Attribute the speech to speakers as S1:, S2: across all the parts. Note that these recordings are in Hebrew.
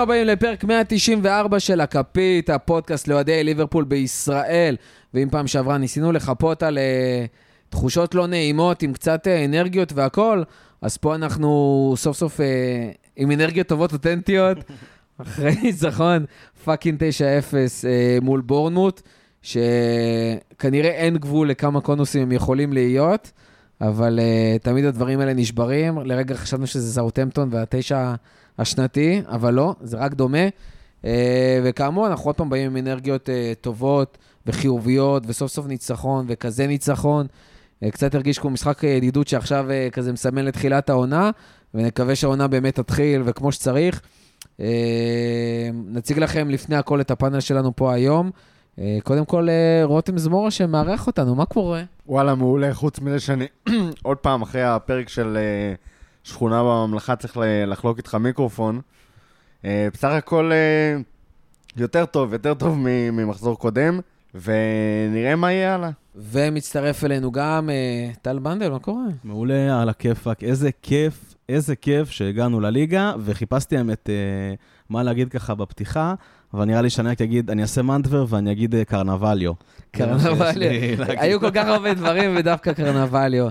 S1: ברוכים הבאים לפרק 194 של הכפית, הפודקאסט לאוהדי ליברפול בישראל. ואם פעם שעברה ניסינו לחפות על תחושות לא נעימות עם קצת אנרגיות והכל, אז פה אנחנו סוף סוף עם אנרגיות טובות אותנטיות, אחרי ניצחון פאקינג 9-0 מול בורנמוט, שכנראה אין גבול לכמה קונוסים הם יכולים להיות, אבל תמיד הדברים האלה נשברים. לרגע חשבנו שזה סאות'המפטון והתשע השנתי, אבל לא, זה רק דומה. וכאמור, אנחנו עוד פעם באים עם אנרגיות טובות וחיוביות, וסוף סוף ניצחון, וכזה ניצחון. קצת הרגיש כמו משחק ידידות שעכשיו כזה מסמן לתחילת העונה, ונקווה שהעונה באמת תתחיל, וכמו שצריך. נציג לכם לפני הכל את הפאנל שלנו פה היום. קודם כל, רותם זמורה שמארח אותנו, מה קורה?
S2: וואלה, מעולה, חוץ מזה שאני עוד פעם אחרי הפרק של שכונה בממלכה צריך לחלוק איתך מיקרופון. בסך הכל יותר טוב ממחזור קודם, ונראה מה יהיה הלאה.
S1: ומצטרף אלינו גם טל בנדל, מה קורה?
S3: מעולה, על הכיפק, איזה כיף שהגענו לליגה, וחיפשתי האמת מה להגיד ככה בפתיחה, אבל נראה לי שאני רק אגיד, אני אעשה מנדבר ואני אגיד קרנבליו.
S1: קרנבליו, היו כל כך הרבה דברים ודווקא קרנבליו.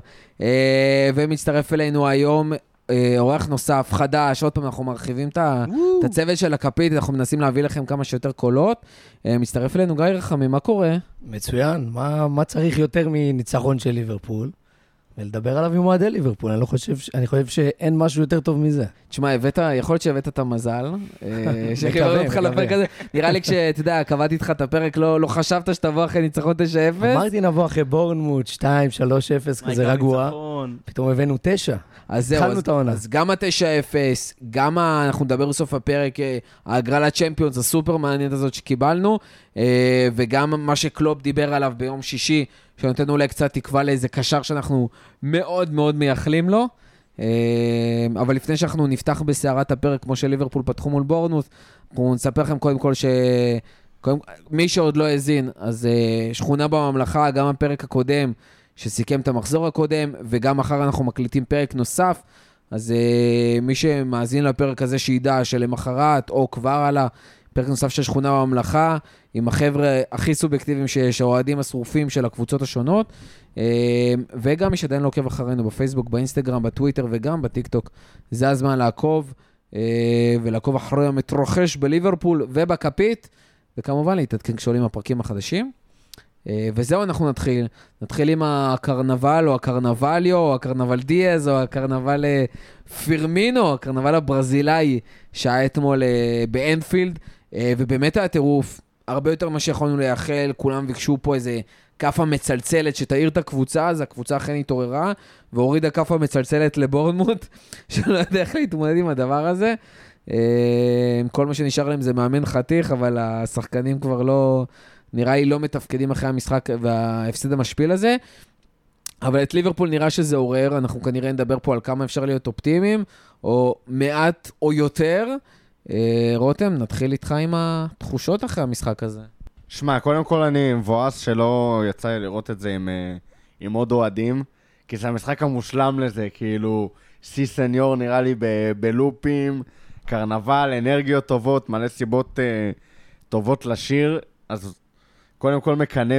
S1: ומצטרף אלינו היום אורח נוסף, חדש, עוד פעם אנחנו מרחיבים את הצוות של הכפית, אנחנו מנסים להביא לכם כמה שיותר קולות. מצטרף אלינו גיא רחמי, מה קורה?
S4: מצוין, מה צריך יותר מניצחון של ליברפול? ולדבר עליו עם אוהדי ליברפול, אני חושב שאין משהו יותר טוב מזה.
S1: תשמע, יכול להיות שהבאת את המזל, שחיברנו אותך לפרק הזה. נראה לי כשאתה יודע, קבעתי איתך את הפרק, לא חשבת שתבוא אחרי ניצחון 9-0?
S4: אמרתי נבוא אחרי בורנמוט, 2-3-0, כזה רגוע. פתאום הבאנו 9.
S1: אז זהו, אז גם ה-9-0, גם אנחנו נדבר בסוף הפרק, ההגרלה צ'מפיונס, הסופר מעניינת הזאת שקיבלנו, וגם מה שקלופ דיבר עליו ביום שישי, שנותנו אולי קצת תקווה לאיזה קשר שאנחנו מאוד מאוד מייחלים לו. אבל לפני שאנחנו נפתח בסערת הפרק, כמו שליברפול פתחו מול בורנמוט, אנחנו נספר לכם קודם כל מי שעוד לא הזין, אז שכונה בממלכה, גם הפרק הקודם, שסיכם את המחזור הקודם, וגם מחר אנחנו מקליטים פרק נוסף, אז מי שמאזין לפרק הזה שידע שלמחרת, או כבר על הפרק נוסף של שכונה בממלכה, עם החבר'ה הכי סובייקטיביים שיש, האוהדים השרופים של הקבוצות השונות, וגם מי שעדיין לא עוקב אחרינו בפייסבוק, באינסטגרם, בטוויטר וגם בטיקטוק, זה הזמן לעקוב, ולעקוב אחרי המתרחש בליברפול ובכפית, וכמובן להתעדכן כשעולים הפרקים החדשים. וזהו, אנחנו נתחיל עם הקרנבל או הקרנבליו או הקרנבל דיאז או הקרנבל פירמינו, הקרנבל הברזילאי שהיה אתמול באנפילד, ובאמת היה טירוף, הרבה יותר מה שיכולנו לייחל, כולם ביקשו פה איזה כף המצלצלת שתאיר את הקבוצה, אז הקבוצה אכן התעוררה, והורידה כף המצלצלת לבורנמוט, שלא יודע איך להתמודד עם הדבר הזה. כל מה שנשאר להם זה מאמן חתיך, אבל השחקנים כבר נראה לי לא מתפקדים אחרי המשחק וההפסד המשפיל הזה, אבל את ליברפול נראה שזה עורר, אנחנו כנראה נדבר פה על כמה אפשר להיות אופטימיים, או מעט או יותר. רותם, נתחיל איתך עם התחושות אחרי המשחק הזה.
S2: שמע, קודם כל אני מבואס שלא יצא לי לראות את זה עם עוד אוהדים, כי זה המשחק המושלם לזה, כאילו סי סניור נראה לי בלופים, קרנבל, אנרגיות טובות, מלא סיבות טובות לשיר, אז קודם כל מקנה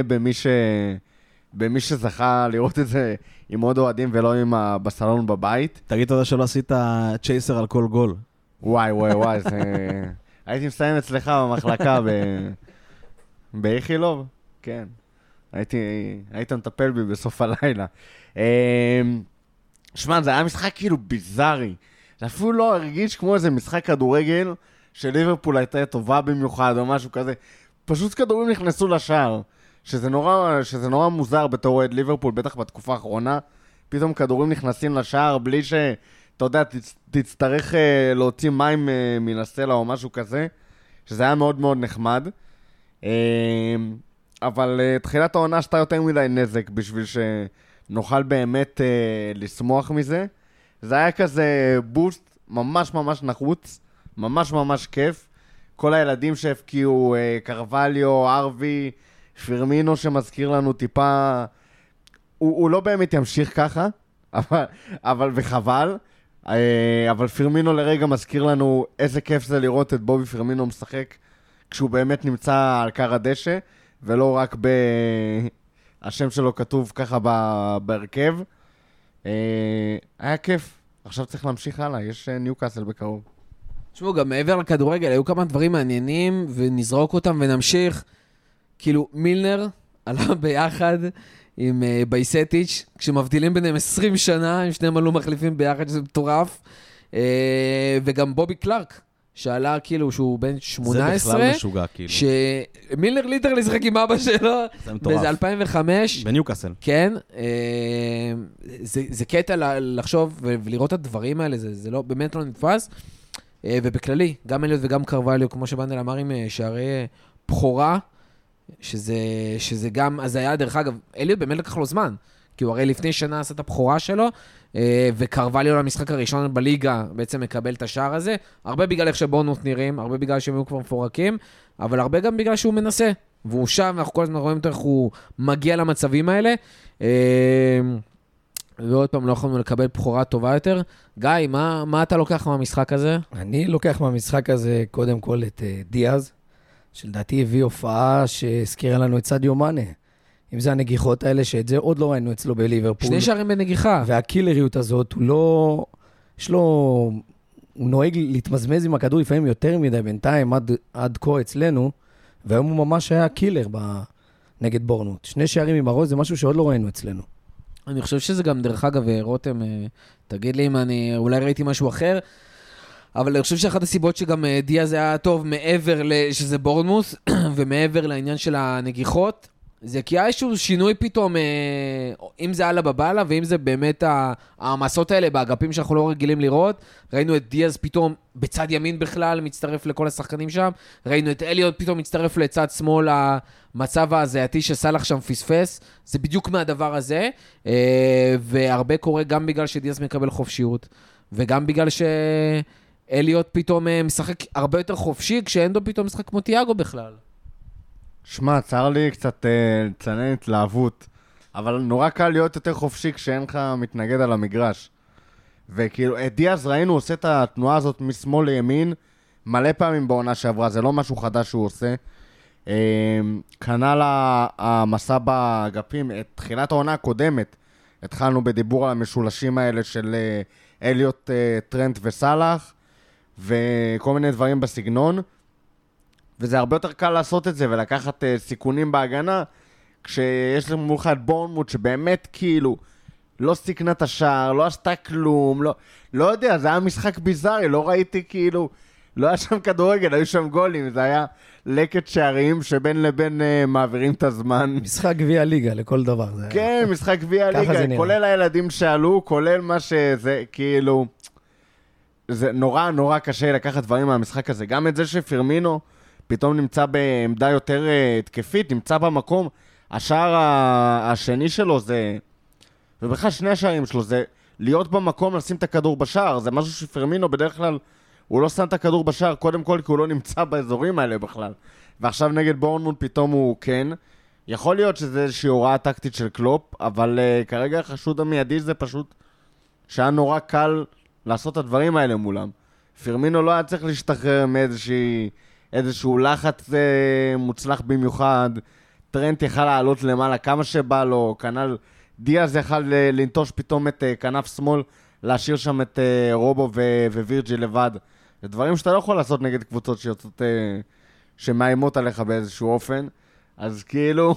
S2: במי שזכה לראות את זה עם עוד אוהדים ולא בסלון בבית.
S3: תגיד תודה שלא עשית צ'ייסר על כל גול.
S2: וואי, הייתי מסיים אצלך במחלקה באיכילוב, כן. היית מטפל בי בסוף הלילה. שמע, זה היה משחק כאילו ביזארי. זה אפילו לא הרגיש כמו איזה משחק כדורגל של ליברפול הייתה טובה במיוחד או משהו כזה. פשוט כדורים נכנסו לשער, שזה נורא מוזר בתור אוהד ליברפול, בטח בתקופה האחרונה. פתאום כדורים נכנסים לשער בלי אתה יודע, תצטרך להוציא מים מן הסלע או משהו כזה, שזה היה מאוד מאוד נחמד. אבל תחילת העונה עשתה יותר מדי נזק בשביל שנוכל באמת לשמוח מזה. זה היה כזה בוסט ממש ממש נחוץ, ממש ממש כיף. כל הילדים שהפקיעו, קרווליו, ארווי, פירמינו שמזכיר לנו טיפה, הוא לא באמת ימשיך ככה, אבל וחבל. אבל פירמינו לרגע מזכיר לנו איזה כיף זה לראות את בובי פירמינו משחק כשהוא באמת נמצא על קר הדשא, ולא רק השם שלו כתוב ככה בהרכב. היה כיף. עכשיו צריך להמשיך הלאה, יש ניוקאסל בקרוב.
S1: תשמעו, גם מעבר לכדורגל, היו כמה דברים מעניינים, ונזרוק אותם ונמשיך. כאילו, מילנר עלה ביחד עם בייסטיץ', כשמבדילים ביניהם 20 שנה, הם שניהם עלו מחליפים ביחד, שזה מטורף. וגם בובי קלארק, שעלה כאילו שהוא בן 18.
S3: זה בכלל משוגע, כאילו.
S1: שמילנר ליטרלי שחק עם אבא שלו.
S3: זה מטורף.
S1: באיזה 2005.
S3: בניוקאסל.
S1: כן. זה קטע לחשוב ולראות את הדברים האלה, זה לא, באמת לא נתפס. ובכללי, גם אליוט וגם קרווליו, כמו שבנדל אמר עם שערי בחורה, שזה גם, אז היה דרך אגב, אליוט באמת לקח לו זמן, כי הוא הרי לפני שנה עשה את הבחורה שלו, וקרווליו למשחק הראשון בליגה בעצם מקבל את השער הזה, הרבה בגלל איך שבורנמות' נראים, הרבה בגלל שהם היו כבר מפורקים, אבל הרבה גם בגלל שהוא מנסה, והוא שם, ואנחנו כל הזמן רואים אותו איך הוא מגיע למצבים האלה, ועוד פעם לא יכולנו לקבל בחורה טובה יותר. גיא, מה אתה לוקח מהמשחק הזה?
S4: אני לוקח מהמשחק הזה קודם כל את דיאז, שלדעתי הביא הופעה שהזכירה לנו את סדיו מאנה. אם זה הנגיחות האלה, שאת זה עוד לא ראינו אצלו בליברפול.
S1: 2 שערים בנגיחה.
S4: והקילריות הזאת, הוא לא... יש לו... הוא נוהג להתמזמז עם הכדור לפעמים יותר מדי בינתיים, עד כה אצלנו, והיום הוא ממש היה קילר נגד בורנמות'. 2 שערים עם הראש זה משהו שעוד לא ראינו אצלנו.
S1: אני חושב שזה גם דרך אגב, רותם, תגיד לי אם אני אולי ראיתי משהו אחר, אבל אני חושב שאחת הסיבות שגם דיאז היה טוב מעבר שזה בורנמות' ומעבר לעניין של הנגיחות, זה כי היה איזשהו שינוי פתאום, אם זה הלאה בבאללה, ואם זה באמת המסות האלה באגפים שאנחנו לא רגילים לראות. ראינו את דיאז פתאום בצד ימין בכלל, מצטרף לכל השחקנים שם. ראינו את אליוט פתאום מצטרף לצד שמאל, המצב הזייתי שסלח שם פספס. זה בדיוק מהדבר הזה, והרבה קורה גם בגלל שדיאז מקבל חופשיות, וגם בגלל שאליוט פתאום משחק הרבה יותר חופשי, כשאנדו פתאום משחק כמו תיאגו בכלל.
S2: שמע, צר לי קצת לצנן התלהבות, אבל נורא קל להיות יותר חופשי כשאין לך מתנגד על המגרש. וכאילו, את דיאז ראינו עושה את התנועה הזאת משמאל לימין, מלא פעמים בעונה שעברה, זה לא משהו חדש שהוא עושה. כנ"ל המסע באגפים, את תחילת העונה הקודמת, התחלנו בדיבור על המשולשים האלה של אליוט, טרנט וסלח, וכל מיני דברים בסגנון, וזה הרבה יותר קל לעשות את זה ולקחת סיכונים בהגנה, כשיש מולך את בורנמות' שבאמת כאילו לא סיכנה את השער, לא עשתה כלום, לא יודע, זה היה משחק ביזארי, לא ראיתי כאילו, לא היה שם כדורגל, היו שם גולים, זה היה לקט שערים שבין לבין מעבירים את הזמן.
S4: משחק גביע ליגה לכל דבר.
S2: כן, משחק גביע ליגה, כולל הילדים שעלו, כולל מה שזה, כאילו, זה נורא נורא קשה לקחת דברים מהמשחק הזה, גם את זה שפירמינו, פתאום נמצא בעמדה יותר התקפית, נמצא במקום, השער השני שלו זה, ובכלל 2 השערים שלו זה להיות במקום לשים את הכדור בשער, זה משהו שפרמינו בדרך כלל, הוא לא שם את הכדור בשער, קודם כל כי הוא לא נמצא באזורים האלה בכלל, ועכשיו נגד בורנמות' פתאום הוא כן, יכול להיות שזה איזושהי הוראה טקטית של קלופ, אבל כרגע החשוד המיידי זה פשוט שהיה נורא קל לעשות את הדברים האלה מולם. פרמינו לא היה צריך להשתחרר איזשהו לחץ מוצלח במיוחד, טרנט יכל לעלות למעלה כמה שבא לו, כנ"ל דיאז יכל לנטוש פתאום את כנף שמאל, להשאיר שם את רובו ווירג'י לבד. זה דברים שאתה לא יכול לעשות נגד קבוצות שיוצאות, שמאיימות עליך באיזשהו אופן, אז כאילו,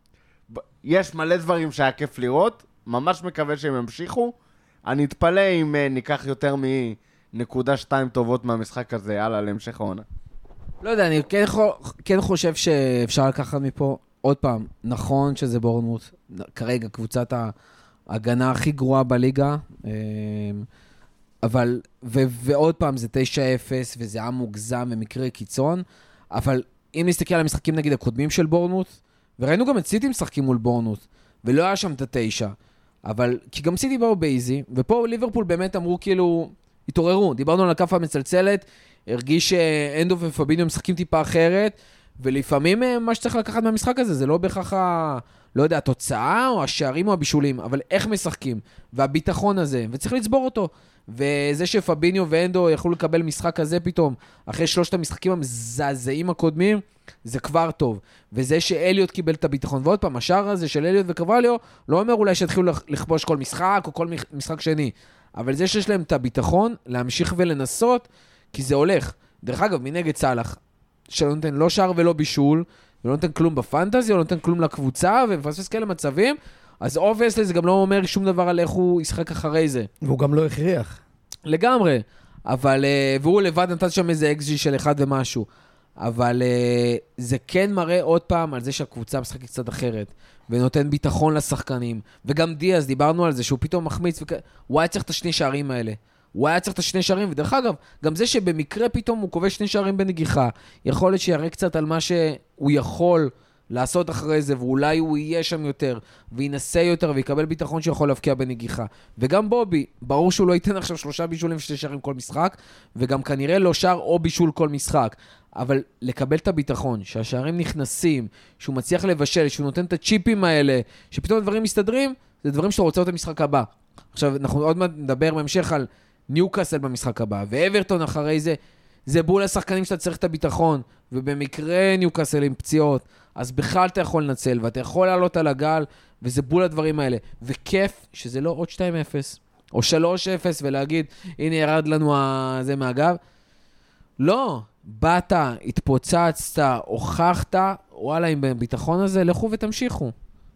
S2: יש מלא דברים שהיה כיף לראות, ממש מקווה שהם ימשיכו, אני אתפלא אם ניקח יותר מ1.2 טובות מהמשחק הזה, הלאה להמשך העונה.
S1: לא יודע, אני כן חושב שאפשר לקחת מפה, עוד פעם, נכון שזה בורנמות', כרגע קבוצת ההגנה הכי גרועה בליגה, אבל, ועוד פעם, זה 9-0, וזה היה מוגזם ומקרה קיצון, אבל אם נסתכל על המשחקים נגיד הקודמים של בורנמות', וראינו גם את סיטי משחקים מול בורנמות', ולא היה שם את 9, אבל, כי גם סיטי באו בייזי, ופה ליברפול באמת אמרו כאילו, התעוררו, דיברנו על הכף המצלצלת, הרגיש שאנדו ופביניו משחקים טיפה אחרת, ולפעמים מה שצריך לקחת מהמשחק הזה, זה לא בהכרח לא יודע, התוצאה או השערים או הבישולים, אבל איך משחקים, והביטחון הזה, וצריך לצבור אותו. וזה שפביניו ואנדו יכלו לקבל משחק כזה פתאום, אחרי 3 המשחקים המזעזעים הקודמים, זה כבר טוב. וזה שאליוט קיבל את הביטחון, ועוד פעם, השער הזה של אליוט וקרווליו, לא אומר אולי שהתחילו לכבוש כל משחק או כל משחק שני, אבל זה שיש להם את הביטחון, להמשיך ולנסות, כי זה הולך. דרך אגב, מנגד סלח, שלא נותן לא שער ולא בישול, ולא נותן כלום בפנטזיה, לא נותן כלום לקבוצה, ומפספס כאלה מצבים, אז אובייסלי זה גם לא אומר שום דבר על איך הוא ישחק אחרי זה.
S4: והוא גם לא הכריח.
S1: לגמרי. אבל, והוא לבד נתן שם איזה אקסג'י של 1 ומשהו. אבל זה כן מראה עוד פעם על זה שהקבוצה משחקת קצת אחרת, ונותן ביטחון לשחקנים. וגם דיאז, דיברנו על זה, שהוא פתאום מחמיץ, הוא היה צריך את 2 שערים האלה. הוא היה צריך את 2 שערים, ודרך אגב, גם זה שבמקרה פתאום הוא כובש 2 שערים בנגיחה, יכול להיות שיראה קצת על מה שהוא יכול לעשות אחרי זה, ואולי הוא יהיה שם יותר, וינסה יותר, ויקבל ביטחון שיכול להפקיע בנגיחה. וגם בובי, ברור שהוא לא ייתן עכשיו 3 בישולים ו2 שערים כל משחק, וגם כנראה לא שער או בישול כל משחק. אבל לקבל את הביטחון, שהשערים נכנסים, שהוא מצליח לבשל, שהוא נותן את הצ'יפים האלה, שפתאום הדברים מסתדרים, זה דברים שאתה רוצה אותם במשחק הבא. עכשיו, אנחנו עוד מעט נדבר בהמשך על ניוקאסל במשחק הבא, ואברטון אחרי זה, זה בול השחקנים שאתה צריך את הביטחון, ובמקרה ניוקאסל עם פציעות, אז בכלל אתה יכול לנצל, ואתה יכול לעלות על הגל, וזה בול הדברים האלה. וכיף שזה לא עוד 2-0, או 3-0, ולהגיד, הנה ירד לנו זה מהגב. לא, באת, התפוצצת, הוכחת, וואלה, עם ביטחון הזה, לכו ותמשיכו.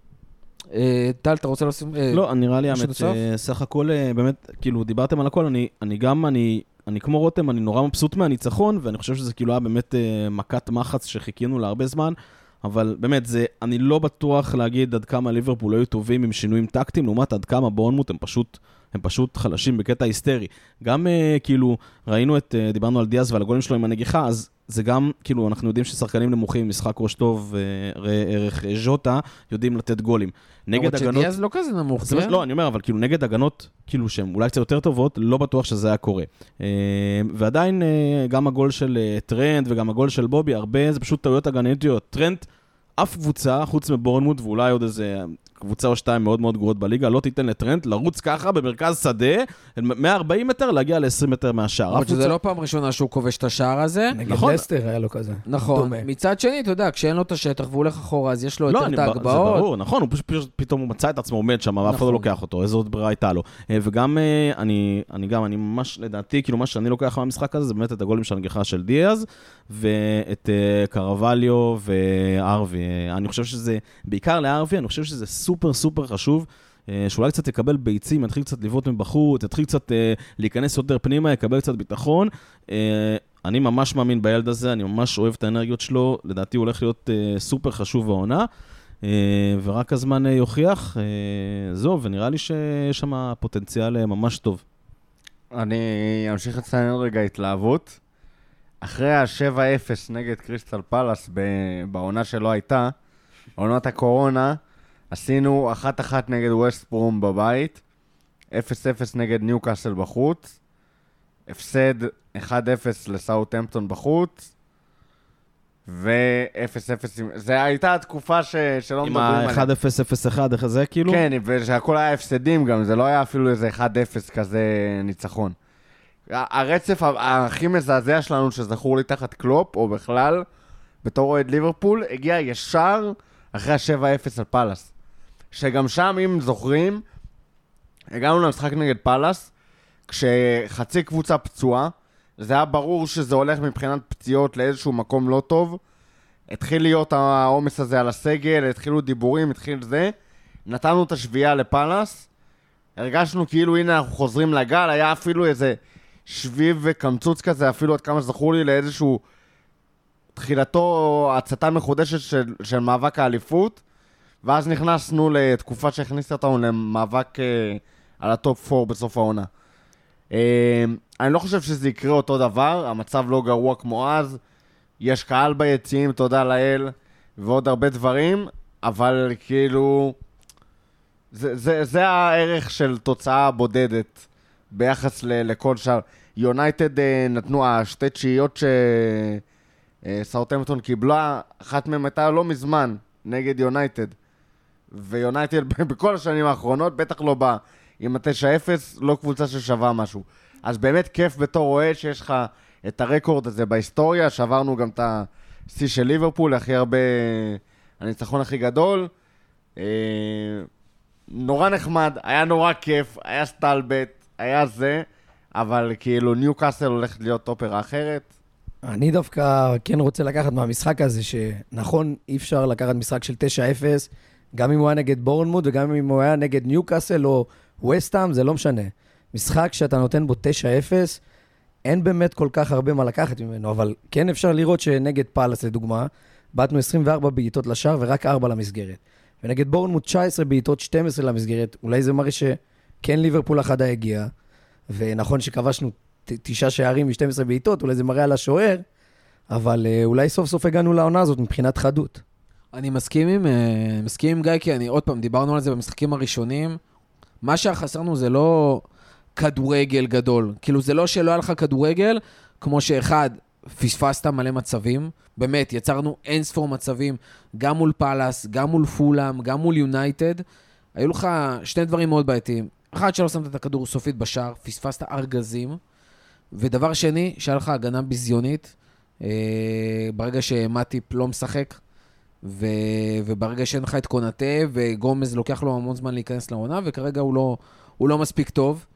S1: טל, אתה רוצה להוסיף?
S3: לא, נראה לי, האמת, סך הכל, באמת, כאילו, דיברתם על הכל, אני כמו רותם, אני נורא מבסוט מהניצחון, ואני חושב שזה כאילו היה באמת מכת מחץ שחיכינו לה הרבה זמן, אבל באמת, אני לא בטוח להגיד עד כמה ליברפול היו טובים עם שינויים טקטיים, לעומת עד כמה בורנמוט הם פשוט חלשים בקטע היסטרי. גם כאילו, דיברנו על דיאז ועל הגולים שלו עם הנגיחה, אז זה גם, כאילו, אנחנו יודעים ששחקנים נמוכים, משחק ראש טוב, ערך ז'וטה, יודעים לתת גולים. נגד הגנות...
S1: שדיאז לא כזה נמוך,
S3: זה? לא, אני אומר, אבל כאילו, נגד הגנות, כאילו, שהן אולי קצת יותר טובות, לא בטוח שזה היה קורה. ועדיין, גם הגול של טרנט וגם הגול של בובי, הרבה, זה פשוט טעויות הגנתיות. טרנט, אף קבוצה, חוץ מבורנמוט, ואולי עוד איזה קבוצה או 2 מאוד מאוד גרועות בליגה, לא תיתן לטרנט לרוץ ככה במרכז שדה, 140 מטר להגיע ל-20 מטר מהשער.
S1: אבל שזה לא פעם ראשונה שהוא כובש את השער הזה.
S4: נגד לסטר היה לו כזה.
S1: נכון. מצד שני, אתה יודע, כשאין לו את השטח והוא הולך אחורה, אז יש לו יותר את ההגבהות.
S3: זה ברור, נכון, הוא פתאום הוא מצא את עצמו עומד שם, ואף אחד לא לוקח אותו, איזו עוד ברירה הייתה לו. וגם, אני ממש, לדעתי, כאילו מה שאני לוקח מהמשחק הזה, זה באמת את הגולים של הנגיחה של דיאז, ואת קרווליו וארווי. אני חושב שזה, בעיקר לארווי, אני חושב שזה סופר סופר חשוב, שאולי קצת יקבל ביצים, יתחיל קצת לבעוט מבחוץ, יתחיל קצת להיכנס יותר פנימה, יקבל קצת ביטחון. אני ממש מאמין בילד הזה, אני ממש אוהב את האנרגיות שלו, לדעתי הוא הולך להיות סופר חשוב בעונה, ורק הזמן יוכיח, זהו, ונראה לי שיש שם פוטנציאל ממש טוב.
S2: אני אמשיך לציין רגע התלהבות. אחרי ה-7-0 נגד קריסטל פלאס בעונה שלא הייתה, עונת הקורונה, עשינו 1-1 נגד ווסט ברום בבית, 0-0 נגד ניוקאסל בחוץ, הפסד 1-0 לסאות'המפטון בחוץ, ו-0-0, זה הייתה התקופה שלא מדברים עליה.
S3: עם ה-1-0-0-1, איך זה כאילו?
S2: כן, ושהכל היה הפסדים גם, זה לא היה אפילו איזה 1-0 כזה ניצחון. הרצף הכי מזעזע שלנו שזכור לי תחת קלופ, או בכלל, בתור אוהד ליברפול, הגיע ישר אחרי ה-7-0 על פלאס. שגם שם, אם זוכרים, הגענו למשחק נגד פלאס, כשחצי קבוצה פצועה, זה היה ברור שזה הולך מבחינת פציעות לאיזשהו מקום לא טוב, התחיל להיות העומס הזה על הסגל, התחילו דיבורים, התחיל זה, נתנו את השביעה לפלאס, הרגשנו כאילו הנה אנחנו חוזרים לגל, היה אפילו איזה שביב וקמצוץ כזה, אפילו עד כמה שזכור לי לאיזשהו תחילתו הצתה מחודשת של מאבק האליפות, ואז נכנסנו לתקופה שהכניסה אותנו למאבק על הטופ 4 בסוף העונה. אני לא חושב שזה יקרה אותו דבר, המצב לא גרוע כמו אז, יש קהל ביציעים, תודה לאל, ועוד הרבה דברים, אבל כאילו, זה הערך של תוצאה בודדת ביחס לכל שאר. יונייטד נתנו השתי תשיעיות שסאות'המפטון קיבלה, אחת מהם הייתה לא מזמן נגד יונייטד. ויונייטד בכל השנים האחרונות, בטח לא בא עם ה-9-0, לא קבוצה ששווה משהו. אז באמת כיף בתור אוהד שיש לך את הרקורד הזה בהיסטוריה, שברנו גם את השיא של ליברפול, הכי הרבה, הניצחון הכי גדול. נורא נחמד, היה נורא כיף, היה סטלבט, היה זה, אבל כאילו ניוקאסל הולכת להיות אופרה אחרת.
S4: אני דווקא כן רוצה לקחת מהמשחק הזה, שנכון, אי אפשר לקחת משחק של 9-0, גם אם הוא היה נגד בורנמוט, וגם אם הוא היה נגד ניוקאסל או ווסטהאם, זה לא משנה. משחק שאתה נותן בו 9-0, אין באמת כל כך הרבה מה לקחת ממנו, אבל כן אפשר לראות שנגד פאלאס, לדוגמה, בעטנו 24 בעיטות לשער ורק 4 למסגרת. ונגד בורנמוט 19 בעיטות, 12 למסגרת, אולי זה מראה שכן ליברפול החדה הגיע, ונכון שכבשנו 9 שערים מ-12 בעיטות, אולי זה מראה על השוער, אבל אולי סוף סוף הגענו לעונה הזאת מבחינת חדות.
S1: אני מסכים עם גיא, כי עוד פעם, דיברנו על זה במשחקים הראשונים, מה שהחסרנו זה לא כדורגל גדול, כאילו זה לא שלא היה לך כדורגל, כמו שאחד, פספסת מלא מצבים, באמת, יצרנו אין ספור מצבים, גם מול פאלאס, גם מול פולאם, גם מול יונייטד, היו לך שני דברים מאוד בעייתיים, אחד שלא שמת את הכדור סופית בשער, פספסת ארגזים, ודבר שני, שהיה לך הגנה ביזיונית, ברגע שמטיפ לא משחק, וברגע שאין לך את קונטה, וגומז לוקח לו המון זמן להיכנס לעונה, וכרגע הוא לא מספיק טוב.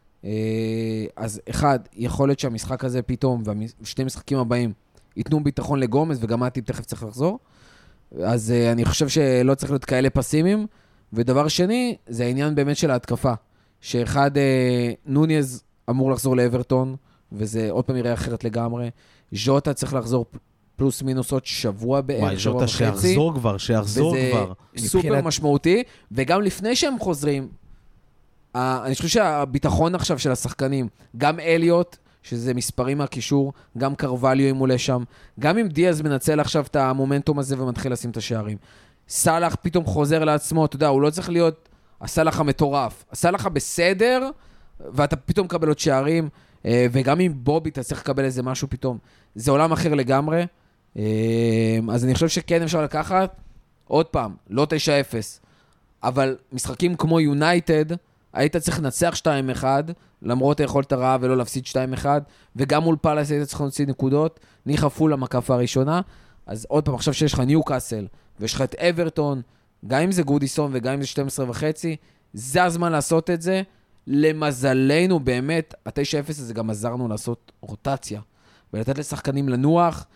S1: אז אחד, יכול להיות שהמשחק הזה פתאום, ושני משחקים הבאים, ייתנו ביטחון לגומז, וגם מטיפ תכף צריך לחזור. אז אני חושב שלא צריך להיות כאלה פסימיים. ודבר שני, זה העניין באמת של ההתקפה. שאחד, נוניז אמור לחזור לאברטון, וזה עוד פעם יראה אחרת לגמרי. ז'וטה צריך לחזור פלוס מינוס עוד שבוע בערך, שבוע וחצי.
S3: שיחזור כבר.
S1: וזה סופר משמעותי, וגם לפני שהם חוזרים, אני חושב שהביטחון עכשיו של השחקנים, גם אליוט, שזה מספרים מהקישור, גם קרווליו אם עולה שם, גם אם דיאז מנצל עכשיו את המומנטום הזה ומתחיל לשים את השערים. סלח פתאום חוזר לעצמו, אתה יודע, הוא לא צריך להיות הסלח המטורף. הסלח בסדר, ואתה פתאום מקבל עוד שערים, וגם אם בובי אתה צריך לקבל איזה משהו פתאום, זה עולם אחר לגמרי. אז אני חושב שכן אפשר לקחת, עוד פעם, לא 9-0, אבל משחקים כמו יונייטד, היית צריך לנצח 2-1, למרות היכולת הרעה ולא להפסיד 2-1, וגם מול פאלאס היית צריך להוציא נקודות, ניחה פול המקפה הראשונה, אז עוד פעם, עכשיו שיש לך ניוקאסל, ויש לך את אברטון, גם אם זה גודיסון וגם אם זה 12.5, זה הזמן לעשות את זה. למזלנו באמת, ה-9-0 הזה גם עזרנו לעשות רוטציה, ולתת לשחקנים לנוח,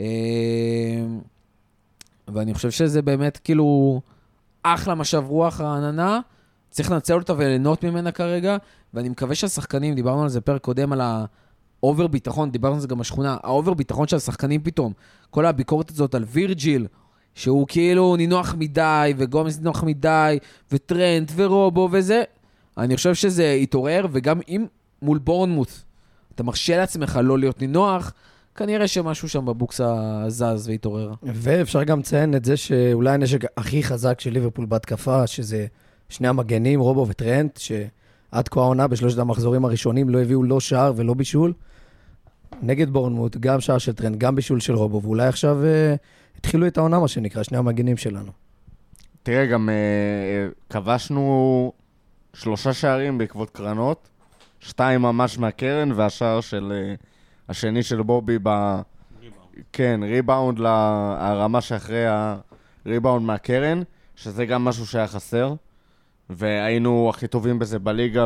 S1: ואני חושב שזה באמת כאילו אחלה משב רוח העננה, צריך לנצל אותה וליהנות ממנה כרגע, ואני מקווה שהשחקנים, דיברנו על זה פרק קודם, על האובר ביטחון, דיברנו על זה גם בשכונה, האובר ביטחון של השחקנים פתאום, כל הביקורת הזאת על וירג'יל, שהוא כאילו נינוח מדי, וגומס נינוח מדי, וטרנט ורובו וזה, אני חושב שזה יתעורר, וגם אם מול בורנמוט, אתה מרשה לעצמך לא להיות נינוח, כנראה שמשהו שם בבוקסה זז והתעורר.
S4: ואפשר גם לציין את זה שאולי הנשק הכי חזק של ליברפול בהתקפה, שזה שני המגנים, רובו וטרנט, שעד כה העונה בשלושת המחזורים הראשונים לא הביאו לא שער ולא בישול. נגד בורנמוט, גם שער של טרנט, גם בישול של רובו, ואולי עכשיו התחילו את העונה, מה שנקרא, שני המגנים שלנו.
S2: תראה, גם כבשנו 3 שערים בעקבות קרנות, 2 ממש מהקרן, והשער של השני של בובי כן, ריבאונד לרמה שאחרי הריבאונד מהקרן, שזה גם משהו שהיה חסר, והיינו הכי טובים בזה בליגה,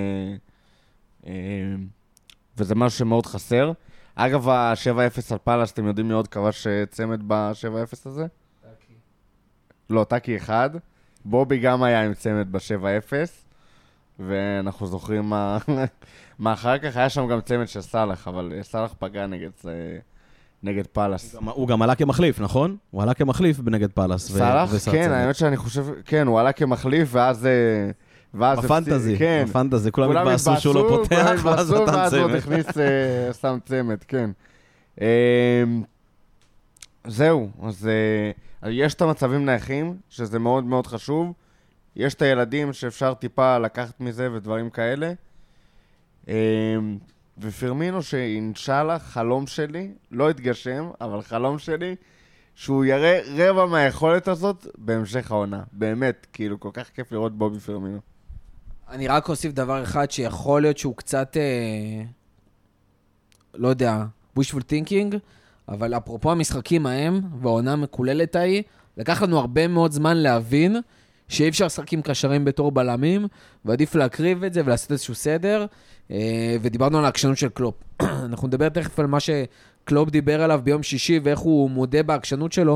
S2: וזה משהו שמאוד חסר. אגב, ה-7-0 על פאלאס, אתם יודעים מאוד כבש צמד ב-7-0 הזה? טאקי. לא, טאקי 1. בובי גם היה עם צמד ב-7-0, ואנחנו זוכרים מה אחר כך. היה שם גם צמד של סלח, אבל סלח פגע נגד פאלאס.
S3: הוא גם עלה כמחליף, נכון? הוא עלה כמחליף בנגד פאלאס.
S2: סלח? כן, האמת שאני חושב, כן, הוא עלה כמחליף, ואז
S3: בפנטזי, בפנטזי, כולם התבאסו שהוא לא פותח,
S2: ואז עוד הכניס שם צמד, כן. זהו, אז יש את המצבים נייחים, שזה מאוד מאוד חשוב. יש את הילדים שאפשר טיפה לקחת מזה ודברים כאלה. ופירמינו שאינשאללה, חלום שלי, לא התגשם, אבל חלום שלי, שהוא יראה רבע מהיכולת הזאת בהמשך העונה. באמת, כאילו, כל כך כיף לראות בובי פרמינו.
S1: אני רק אוסיף דבר אחד שיכול להיות שהוא קצת, לא יודע, wishful thinking, אבל אפרופו המשחקים ההם, והעונה המקוללת ההיא, לקח לנו הרבה מאוד זמן להבין שאי אפשר לשחק עם קשרים בתור בלמים, ועדיף להקריב את זה ולעשות איזשהו סדר, ודיברנו על העקשנות של קלופ. אנחנו נדבר תכף על מה שקלופ דיבר עליו ביום שישי, ואיך הוא מודה בעקשנות שלו.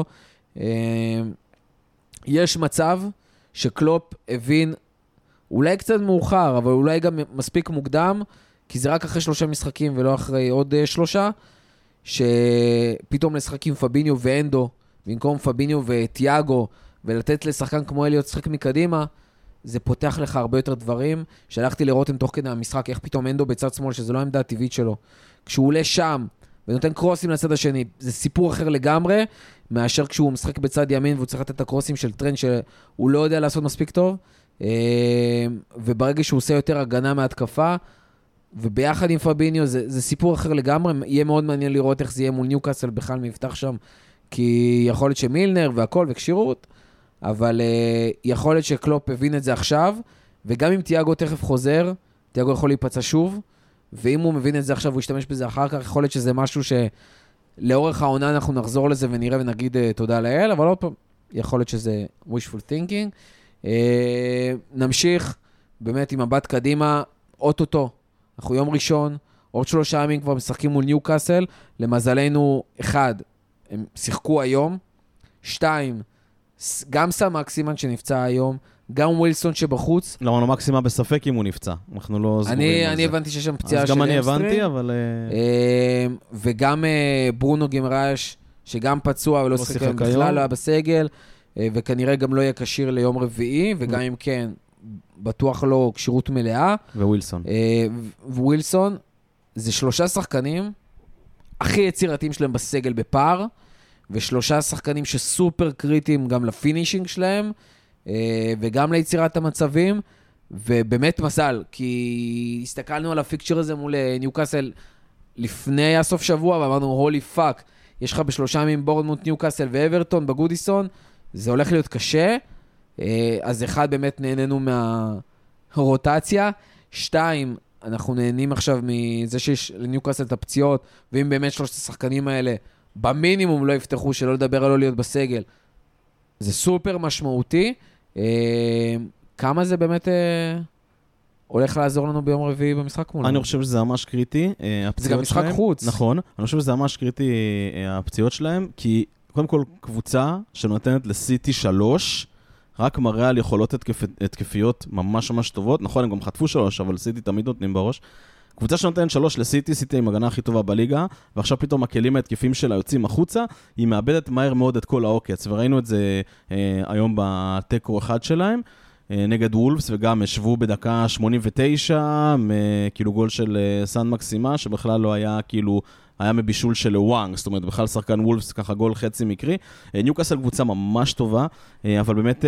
S1: יש מצב שקלופ הבין, אולי קצת מאוחר, אבל אולי גם מספיק מוקדם, כי זה רק אחרי 3 משחקים ולא אחרי עוד 3, שפתאום לשחק עם פביניו ואנדו, במקום פביניו וטיאגו, ולתת לשחקן כמו אליוט לשחק מקדימה, זה פותח לך הרבה יותר דברים. שלחתי לראות תוך כדי המשחק, איך פתאום אנדו בצד שמאל, שזה לא העמדה הטבעית שלו. כשהוא עולה שם, ונותן קרוסים לצד השני, זה סיפור אחר לגמרי, מאשר כשהוא משחק בצד ימין, והוא צריך לתת את הקרוסים של טרנד, שהוא לא יודע לעשות מספיק טוב, וברגע שהוא עושה יותר הגנה מהתקפה, וביחד עם פביניו, זה סיפור אחר לגמרי. יהיה מאוד מעניין לראות איך זה יהיה מול ניוקאסל בכלל מבטח שם, כי יכול להיות שמילנר והכל וקשירות, אבל יכול להיות שקלופ הבין את זה עכשיו, וגם אם תיאגו תכף חוזר, תיאגו יכול להיפצע שוב, ואם הוא מבין את זה עכשיו, הוא ישתמש בזה אחר כך, יכול להיות שזה משהו שלאורך העונה אנחנו נחזור לזה ונראה ונגיד תודה לאל, אבל עוד פעם, יכול להיות שזה wishful thinking. נמשיך באמת עם מבט קדימה, אוטוטו, אנחנו יום ראשון, עוד 3 ימים כבר משחקים מול ניוקאסל, למזלנו 1, הם שיחקו היום, 2, גם סם מקסימן שנפצע היום, גם ווילסון שבחוץ.
S3: לא, לא מקסימה בספק אם הוא נפצע, אנחנו לא סגורים על זה.
S1: אני הבנתי שיש שם פציעה של
S3: גם אני
S1: אמסטרינג.
S3: הבנתי, אבל...
S1: וגם ברונו גימרש, שגם פצוע ולא שיחק היום בכלל, לא היה בסגל, וכנראה גם לא יהיה כשיר ליום רביעי, וגם אם כן, בטוח לא כשירות מלאה.
S3: ווילסון.
S1: ווילסון, זה 3 שחקנים, הכי יצירתיים שלהם בסגל בפאר, ו3 שחקנים שסופר קריטיים גם לפינישינג שלהם, וגם ליצירת המצבים, ובאמת מזל, כי הסתכלנו על הפיקצ'ר הזה מול ניוקאסל לפני הסוף שבוע, ואמרנו, הולי פאק, יש לך ב3 ימים בורנמוט, ניוקאסל ואברטון בגודיסון, זה הולך להיות קשה, אז 1 באמת נהנינו מהרוטציה, 2, אנחנו נהנים עכשיו מזה שיש לניוקאסל את הפציעות, ואם באמת 3 השחקנים האלה במינימום לא יפתחו, שלא לדבר על לא להיות בסגל, זה סופר משמעותי. כמה זה באמת הולך לעזור לנו ביום רביעי במשחק מולנו?
S3: אני חושב שזה ממש קריטי,
S1: זה גם משחק חוץ.
S3: נכון, אני חושב שזה ממש קריטי הפציעות שלהם, כי קודם כל קבוצה שנותנת לסיטי 3, רק מראה על יכולות התקפיות ממש ממש טובות. נכון, הם גם חטפו 3, אבל סיטי תמיד נותנים בראש. קבוצה שנותנת 3 לסיטי, סיטי עם הגנה הכי טובה בליגה, ועכשיו פתאום הכלים ההתקפים שלה יוצאים החוצה, היא מאבדת מהר מאוד את כל העוקץ, וראינו את זה היום בטקו 1 שלהם, נגד וולפס, וגם ישבו בדקה 89, כאילו גול של סן מקסימה, שבכלל לא היה כאילו, היה מבישול של וואנג, זאת אומרת, בכלל שחקן וולפס ככה גול חצי מקרי. ניוקאסל קבוצה ממש טובה, אבל באמת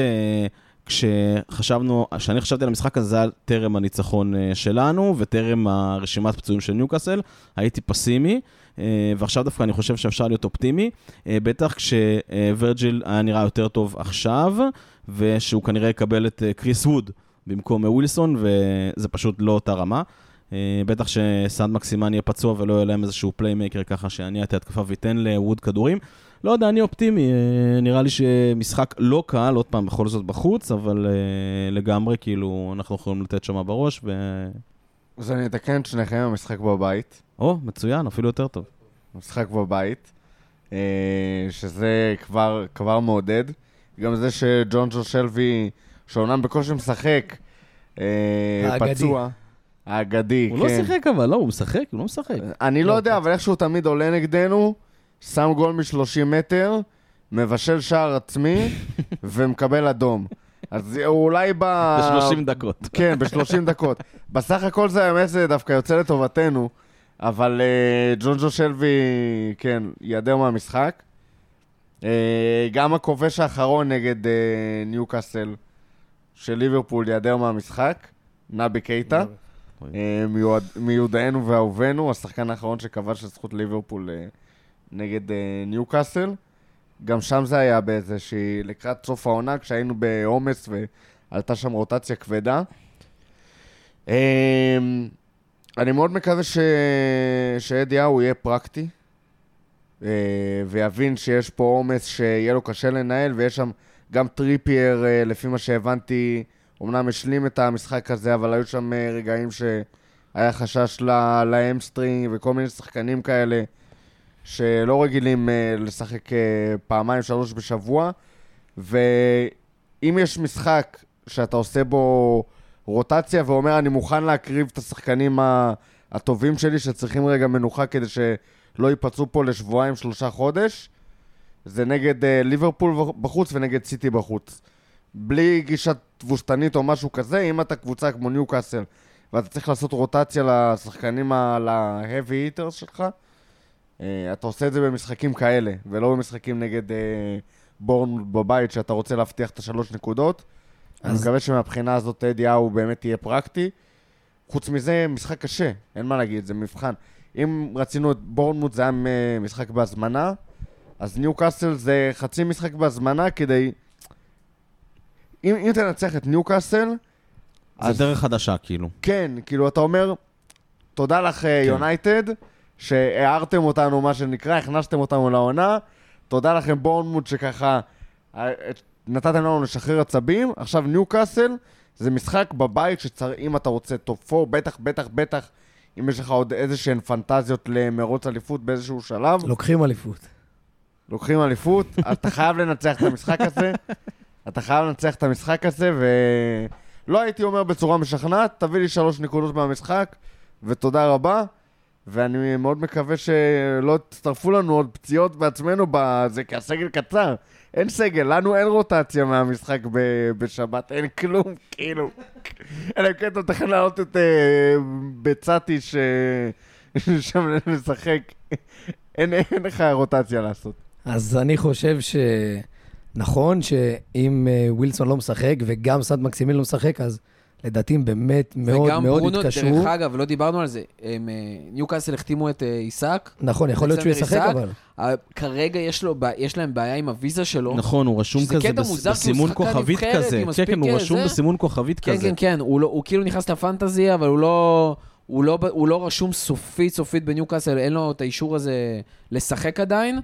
S3: כשאני חשבתי על המשחק הזה, זה היה טרם הניצחון שלנו, וטרם הרשימת פצועים של ניוקאסל, הייתי פסימי, ועכשיו דווקא אני חושב שאפשר להיות אופטימי, בטח כשווירג'יל היה נראה יותר טוב עכשיו, ושהוא כנראה יקבל את קריס ווד במקום ווילסון, וזה פשוט לא אותה רמה. בטח שסנד מקסימן יהיה פצוע ולא יהיה להם איזשהו פליימייקר ככה שיניע את ההתקפה ויתן לווד כדורים. לא יודע, אני אופטימי, נראה לי שמשחק לא קל, עוד פעם בכל זאת בחוץ, אבל לגמרי כאילו אנחנו יכולים לתת שמה בראש
S2: אז אני אתקן את שניכם, המשחק בבית.
S3: מצוין, אפילו יותר טוב.
S2: משחק בבית, שזה כבר מעודד. גם זה שג'ון שלוי, שאומנם בקושי משחק, פצוע. האגדי, כן.
S3: הוא לא שיחק אבל, לא, הוא משחק, הוא לא משחק.
S2: אני לא יודע, אבל איכשהו תמיד עולה נגדנו, שם גול מ-30 מטר, מבשל שער עצמי, ומקבל אדום. אז אולי
S3: ב-30 דקות.
S2: כן, ב-30 דקות. בסך הכל זה האמת, זה דווקא יוצא לטובתנו, אבל ג'ון שלוי, כן, יעדר מהמשחק. גם הכובש האחרון נגד ניוקאסל של ליברפול יעדר מהמשחק, נבי קייטה. מיודענו ואהובנו, השחקן האחרון שכבש את זכות ליברפול נגד ניוקאסל. גם שם זה היה באיזושהי, לקראת סוף העונה, כשהיינו בעומס ועלתה שם רוטציה כבדה. אני מאוד מקווה שאדי האו יהיה פרקטי, ויבין שיש פה עומס שיהיה לו קשה לנהל, ויש שם גם טריפייר, לפי מה שהבנתי, אמנם השלים את המשחק הזה, אבל היו שם רגעים שהיה חשש לאמסטרינג וכל מיני שחקנים כאלה, שלא רגילים לשחק פעמיים, 3 בשבוע, ואם יש משחק שאתה עושה בו רוטציה ואומר, אני מוכן להקריב את השחקנים הטובים שלי, שצריכים רגע מנוחה כדי שלא ייפצעו פה לשבועיים, 3 חודש, זה נגד ליברפול בחוץ ונגד סיטי בחוץ. בלי גישה תבוסתנית או משהו כזה, אם אתה קבוצה כמו ניוקאסל, ואתה צריך לעשות רוטציה לשחקנים, ל-heavy hitters שלך, אתה עושה את זה במשחקים כאלה, ולא במשחקים נגד בורן בבית, שאתה רוצה להבטיח את 3 נקודות. אני מקווה שמבחינה הזאת אדי האו באמת יהיה פרקטי. חוץ מזה, משחק קשה, אין מה להגיד, זה מבחן. אם רצינו את בורנמוט, זה היה משחק בהזמנה, אז ניוקאסל זה חצי משחק בהזמנה כדי... אם תנצח את ניוקאסל...
S3: זה דרך חדשה, כאילו.
S2: כן, כאילו אתה אומר, תודה לך יונייטד, שהערתם אותנו, מה שנקרא, הכנסתם אותנו לעונה, תודה לכם בורנמוט שככה נתתם לנו לשחרר עצבים, עכשיו ניוקאסל זה משחק בבית אם אתה רוצה טופ 4, בטח, אם יש לך עוד איזשהן פנטזיות למרוץ אליפות באיזשהו שלב.
S4: לוקחים אליפות,
S2: אז אתה חייב לנצח את המשחק הזה, ולא הייתי אומר בצורה משכנעת, תביא לי 3 נקודות מהמשחק, ותודה רבה, ואני מאוד מקווה שלא תצטרפו לנו עוד פציעות בעצמנו בזה, כי הסגל קצר. אין סגל, לנו אין רוטציה מהמשחק בשבת, אין כלום, כאילו. אלא כן, אתה תכן לעלות את בצאתי שם לשחק. אין לך רוטציה לעשות.
S4: אז אני חושב שנכון שאם ווילסון לא משחק וגם סאד מקסימין לא משחק, אז לדעתי הם באמת מאוד מאוד התקשרו.
S1: וגם ברונו, דרך אגב, לא דיברנו על זה, ניוקאסל החתימו את איסק.
S4: נכון, יכול להיות שהוא ישחק, אבל...
S1: כרגע יש להם בעיה עם הוויזה שלו.
S3: נכון, הוא רשום כזה בסימון כוכבית כזה. כן, הוא רשום בסימון כוכבית כזה.
S1: כן, הוא כאילו נכנס לפנטזיה, אבל הוא לא רשום סופית בניוקאסל, אין לו את האישור הזה לשחק עדיין.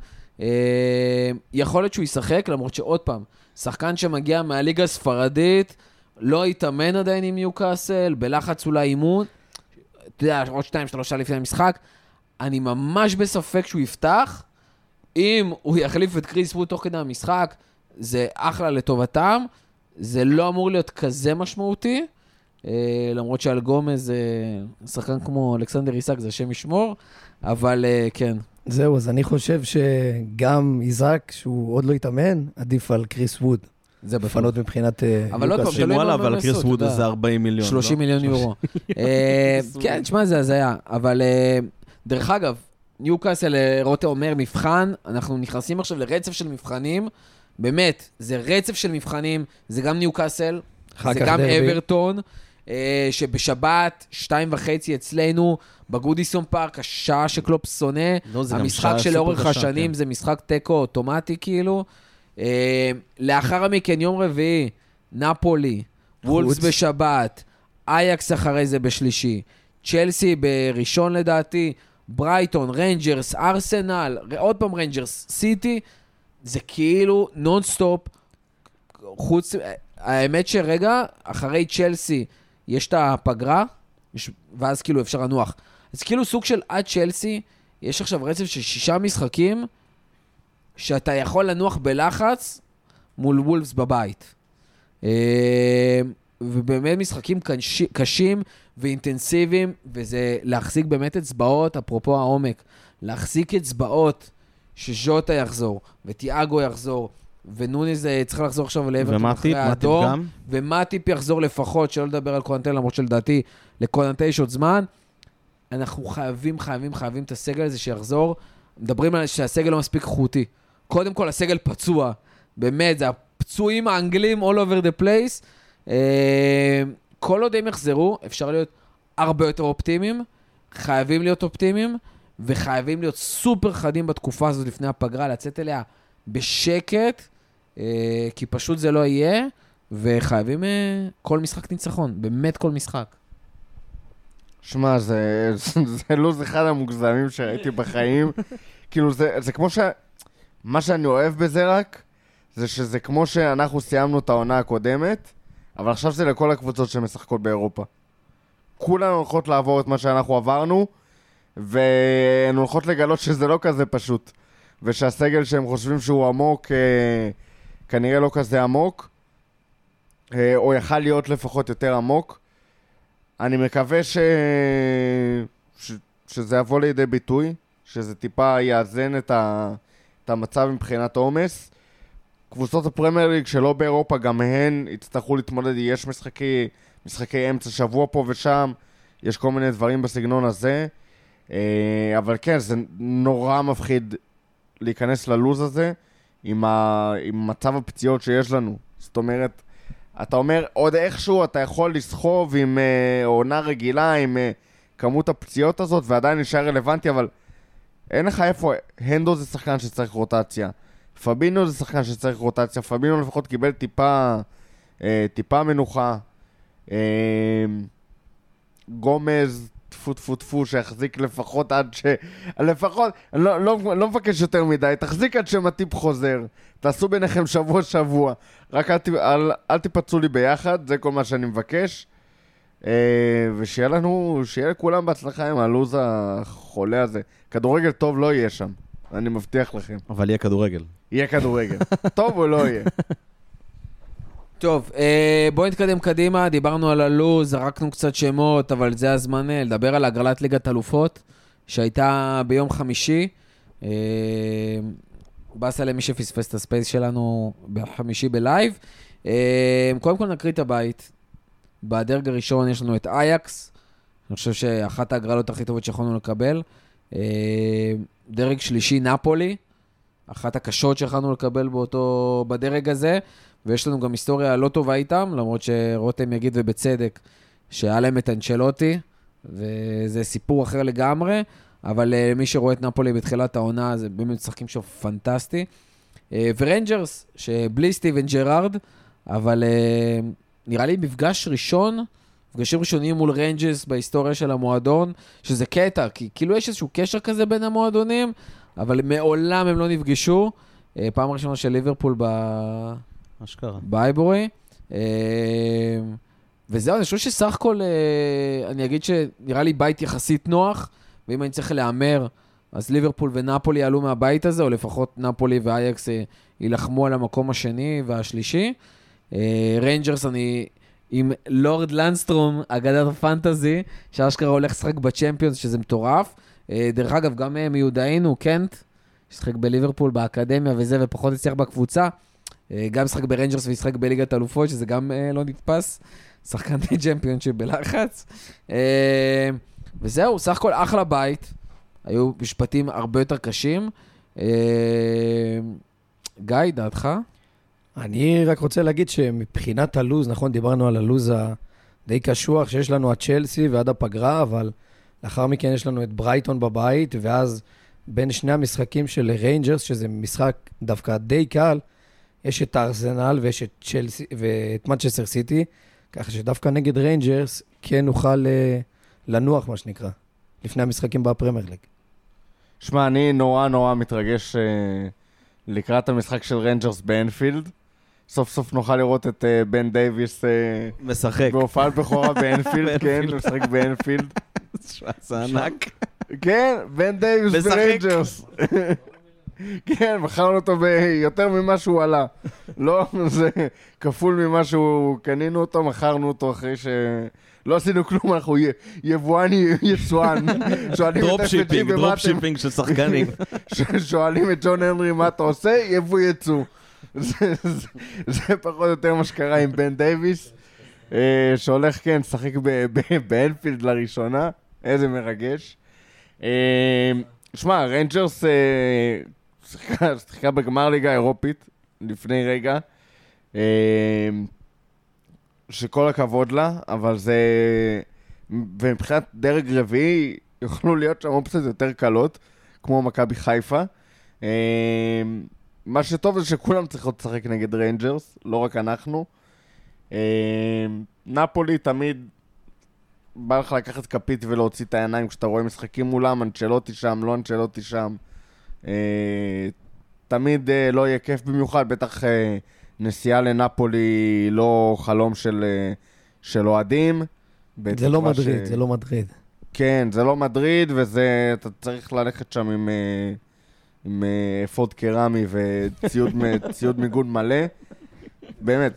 S1: יכול להיות שהוא ישחק, למרות שעוד פעם, שחקן שמגיע מהליגה הספרדית, לא יתאמן עדיין עם ניוקאסל, בלחץ אולי אימון, אתה יודע, עוד 2-3 לפני המשחק, אני ממש בספק שהוא יפתח, אם הוא יחליף את קריס ווד תוך כדי המשחק, זה אחלה לטובתם, זה לא אמור להיות כזה משמעותי, למרות שעל גומז, שחקן כמו אלכסנדר איסק, זה השם ישמור, אבל כן.
S4: זהו, אז אני חושב שגם איזק, שהוא עוד לא יתאמן, עדיף על קריס ווד. זה בפנות מבחינת...
S1: אבל לא,
S3: שימו עליו, אבל קריס ווד זה 40 מיליון.
S1: 30 מיליון יורו. כן, תשמע, זה היה. אבל דרך אגב, ניוקאסל, רוטה אומר מבחן, אנחנו נכנסים עכשיו לרצף של מבחנים, באמת, זה רצף של מבחנים, זה גם ניוקאסל, זה גם אברטון, שבשבת 2:30 אצלנו, בגודיסון פארק, השעה שקלופ שונא, המשחק של אורך השנים זה משחק טקו אוטומטי כאילו, לאחר מכן יום רביעי, נפולי, וולפס בשבת, אייקס אחרי זה בשלישי, צ'לסי בראשון לדעתי, ברייטון, רנג'רס, ארסנל, עוד פעם רנג'רס, סיטי, זה כאילו נונסטופ, חוץ, האמת שרגע, אחרי צ'לסי יש את הפגרה, ואז כאילו אפשר לנוח. אז כאילו סוג של עד צ'לסי, יש עכשיו רצף של 6 משחקים, שאתה יכול לנוח בלחץ מול וולפס בבית. ובאמת משחקים קשים ואינטנסיביים, וזה להחזיק באמת אצבעות, אפרופו העומק, להחזיק אצבעות שז'וטה יחזור, וטיאגו יחזור, ונוניז צריך לחזור עכשיו לאברטון אחרי האדום, ומטיפ יחזור לפחות, שלא לדבר על קונטה, למרות שלדעתי לקונטה יש עוד זמן. אנחנו חייבים את הסגל הזה שיחזור. מדברים על שהסגל לא מספיק חוטי. קודם כל, הסגל פצוע. באמת, זה הפצועים האנגלים all over the place. כל עוד הם יחזרו, אפשר להיות הרבה יותר אופטימיים, חייבים להיות אופטימיים, וחייבים להיות סופר חדים בתקופה הזאת לפני הפגרה, לצאת אליה בשקט, כי פשוט זה לא יהיה, וחייבים כל משחק ניצחון, באמת כל משחק.
S2: שמע, זה לוז אחד המוגזמים שראיתי בחיים. כאילו, זה כמו מה שאני אוהב בזה רק, זה שזה כמו שאנחנו סיימנו את העונה הקודמת, אבל עכשיו זה לכל הקבוצות שמשחקות באירופה. כולנו הולכות לעבור את מה שאנחנו עברנו, והן הולכות לגלות שזה לא כזה פשוט. ושהסגל שהם חושבים שהוא עמוק, כנראה לא כזה עמוק, או יכל להיות לפחות יותר עמוק. אני מקווה שזה יבוא לידי ביטוי, שזה טיפה יאזן את המצב מבחינת עומס. קבוצות הפרמייר ליג שלא באירופה, גם הן יצטרכו להתמודד, יש משחקי אמצע שבוע פה ושם, יש כל מיני דברים בסגנון הזה, אבל כן, זה נורא מפחיד להיכנס ללוז הזה, עם מצב הפציעות שיש לנו. זאת אומרת, אתה אומר, עוד איכשהו אתה יכול לסחוב עם עונה רגילה, עם כמות הפציעות הזאת, ועדיין נשאר רלוונטי, אבל אין לך איפה. הנדו זה שחקן שצריך רוטציה. פבינו זה שחקן שצריך רוטציה. פבינו לפחות קיבל טיפה מנוחה. גומז, טפו, שיחזיק לפחות לפחות, לא מבקש יותר מדי, תחזיק עד שמטיפ חוזר. תעשו ביניכם שבוע. רק אל תיפצעו לי ביחד, זה כל מה שאני מבקש. ושיהיה לכולם בהצלחה עם הלוז החולה הזה. כדורגל טוב לא יהיה שם, אני מבטיח לכם.
S3: אבל יהיה כדורגל.
S2: יהיה כדורגל. טוב או לא יהיה?
S1: טוב, בואו נתקדם קדימה, דיברנו על הלוז, זרקנו קצת שמות, אבל זה הזמן לדבר על הגרלת ליגת אלופות, שהייתה ביום חמישי. בסה למי שפספס את הספייס שלנו בחמישי בלייב. קודם כל נקריא את הבית. בדרג הראשון יש לנו את אייקס, אני חושב שאחת ההגרלות הכי טובות שיכולנו לקבל. דרג שלישי נפולי, אחת הקשות שיכולנו לקבל בדרג הזה, ויש לנו גם היסטוריה לא טובה איתם, למרות שרותם יגיד ובצדק שהיה להם את אנצ'לוטי, וזה סיפור אחר לגמרי, אבל מי שרואה את נפולי בתחילת העונה, זה באמת משחקים שוב פנטסטי. ורנג'רס, שבלי סטיבן ג'רארד, אבל נראה לי מפגשים ראשונים מול רנג'רס בהיסטוריה של המועדון, שזה קטע, כי כאילו יש איזשהו קשר כזה בין המועדונים, אבל מעולם הם לא נפגשו. פעם ראשונה של ליברפול באייבורי. וזהו, אני חושב שסך הכל, אני אגיד שנראה לי בית יחסית נוח, ואם אני צריך לאמר, אז ליברפול ונפולי עלו מהבית הזה, או לפחות נפולי ואייקס ילחמו על המקום השני והשלישי. ריינג'רס, אני עם לורד לנסטרום, אגדת הפנטזי, שאשכרה הולך לשחק בצ'מפיונס, שזה מטורף. דרך אגב, גם מיודענו, קנט, ששחק בליברפול, באקדמיה וזה, ופחות יצליח בקבוצה, גם שחק בריינג'רס וישחק בליגת אלופות, שזה גם לא נתפס, שחקן צ'מפיונשיפ בלחץ. וזהו, סך הכל אחלה בית, היו משפטים הרבה יותר קשים. גיא, דעתך?
S4: אני רק רוצה להגיד שמבחינת הלוז, נכון, דיברנו על הלוז הדי קשוח, שיש לנו את צ'לסי ועד הפגרה, אבל לאחר מכן יש לנו את ברייטון בבית, ואז בין שני המשחקים של ריינג'רס, שזה משחק דווקא די קל, יש את ארסנל ויש את צ'לסי ואת מנצ'סטר סיטי, ככה שדווקא נגד ריינג'רס כן נוכל לנוח, מה שנקרא, לפני המשחקים בפרמייר ליג.
S2: שמע, אני נורא מתרגש לקראת המשחק של ריינג'רס באנפילד. סוף סוף נוכל לראות את בן דייביס
S3: משחק.
S2: בהופעת בכורה באנפילד, כן, משחק באנפילד.
S3: זה ענק.
S2: כן, בן דייביס בריינג'רס. כן, מכרנו אותו ביותר ממה שהוא עלה. לא, זה כפול ממה שהוא קנינו אותו, מכרנו אותו אחרי לא עשינו כלום, אנחנו יבואן יצואן.
S3: דרופשיפינג של שחקנים.
S2: שואלים את ג'ון הנרי מה אתה עושה, יבוא יצוא. זה פחות או יותר מה שקרה עם בן דייביס, שהולך, כן, שחק באנפילד לראשונה. איזה מרגש. שמע, ריינג'רס שיחקה בגמר ליגה אירופית לפני רגע, שכל הכבוד לה, אבל זה, ומבחינת דרג רביעי, יכולו להיות שם אופציות יותר קלות, כמו מכבי חיפה. מה שטוב זה שכולם צריכות לשחק נגד ריינג'רס, לא רק אנחנו. נפולי תמיד בא לך לקחת כפית ולהוציא את העיניים כשאתה רואה משחקים מולם, אנצ'לוטי שם, לא אנצ'לוטי שם. תמיד לא יהיה כיף במיוחד, בטח נסיעה לנפולי לא חלום של אוהדים.
S4: זה לא מדריד, זה לא מדריד.
S2: כן, זה לא מדריד, אתה צריך ללכת שם עם אפוד קרמי וציוד מיגון מלא. באמת.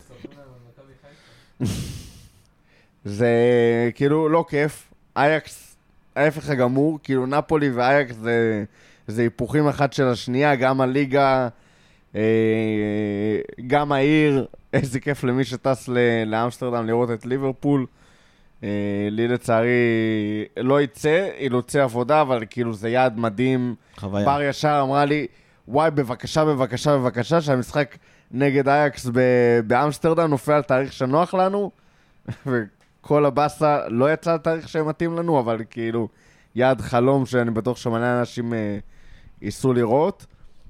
S2: זה כאילו לא כיף. אייקס, ההפך הגמור, כאילו נפולי ואייקס זה היפוכים אחד של השנייה, גם הליגה, גם העיר, איזה כיף למי שטס לאמסטרדם לראות את ליברפול. לי לצערי לא יצא, אילוצי עבודה, אבל כאילו זה יעד מדהים.
S3: חוויה.
S2: בר ישר אמרה לי, וואי, בבקשה, שהמשחק נגד אייקס באמסטרדם נופל על תאריך שנוח לנו, וכל הבאסה לא יצא על תאריך שמתאים לנו, אבל כאילו יעד חלום שאני בטוח שמלא אנשים ייסו לראות.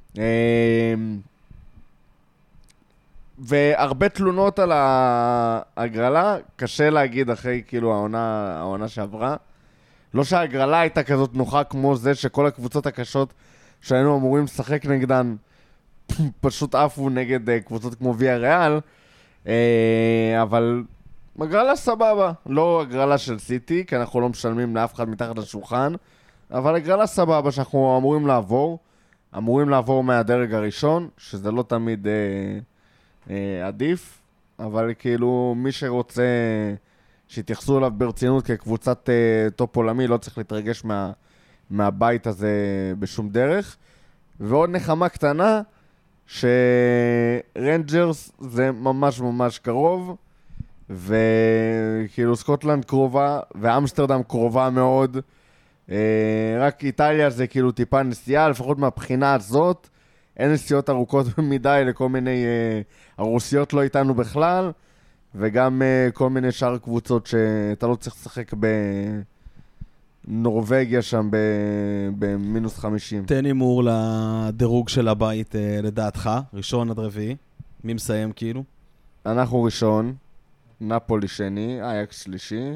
S2: והרבה תלונות על ההגרלה, קשה להגיד אחרי כאילו העונה שעברה. לא שההגרלה הייתה כזאת נוחה כמו זה שכל הקבוצות הקשות שהיינו אמורים לשחק נגדן פשוט עפו נגד קבוצות כמו ויה ריאל, אבל הגרלה סבבה, לא הגרלה של סיטי, כי אנחנו לא משלמים לאף אחד מתחת לשולחן, אבל הגרלה סבבה שאנחנו אמורים לעבור מהדרג הראשון, שזה לא תמיד עדיף, אבל כאילו מי שרוצה שיתייחסו אליו ברצינות כקבוצת טופ עולמי, לא צריך להתרגש מהבית הזה בשום דרך. ועוד נחמה קטנה, שרנג'רס זה ממש ממש קרוב, וכאילו סקוטלנד קרובה, ואמסטרדם קרובה מאוד, רק איטליה זה כאילו טיפה נסיעה, לפחות מהבחינה הזאת, אין נסיעות ארוכות מדי לכל מיני הרוסיות לא איתנו בכלל, וגם כל מיני שאר קבוצות שאתה לא צריך לשחק בנורווגיה שם במינוס 50.
S3: תן הימור לדירוג של הבית לדעתך, ראשון עד רביעי. מי מסיים כאילו?
S2: אנחנו ראשון, נפולי שני, אייקס שלישי,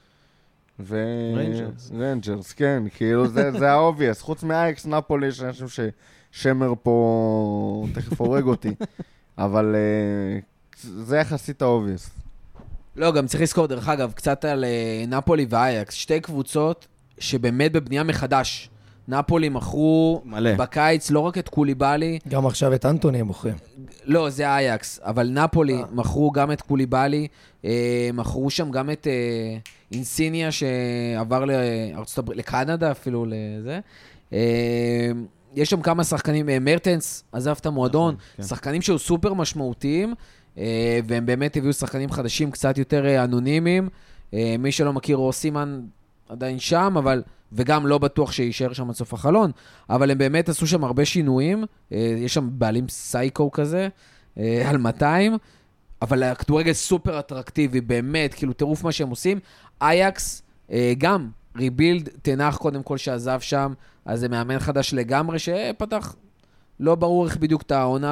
S2: ריינג'רס, כן, כאילו זה האובייס. חוץ מאייקס, נפולי יש אנשים ששמר פה תכף הורג אותי, אבל זה יחסית האובייס.
S1: לא, גם צריך לזכור, דרך אגב, קצת על נפולי ואייקס, שתי קבוצות שבאמת בבנייה מחדש. נפולי מכרו בקיץ לא רק את קוליבאלי.
S4: גם עכשיו את אנטוני הם מוכרים.
S1: לא, זה אייקס, אבל נפולי מכרו גם את קוליבאלי, מכרו שם גם את אינסיניה שעבר לארצות הברית, לקנדה אפילו לזה. יש שם כמה שחקנים, מרטנס עזב את המועדון, שחקנים שהיו סופר משמעותיים, והם באמת הביאו שחקנים חדשים קצת יותר אנונימיים. מי שלא מכיר, רוסימן עדיין שם, אבל וגם לא בטוח שישאר שם עד סוף החלון, אבל הם באמת עשו שם הרבה שינויים, יש שם בעלים סייקו כזה, על 200, אבל הכדורגל סופר אטרקטיבי, באמת, כאילו טירוף מה שהם עושים. אייקס, גם ריבילד, תנח קודם כל שעזב שם, אז זה מאמן חדש לגמרי, שפתח, לא ברור איך בדיוק את העונה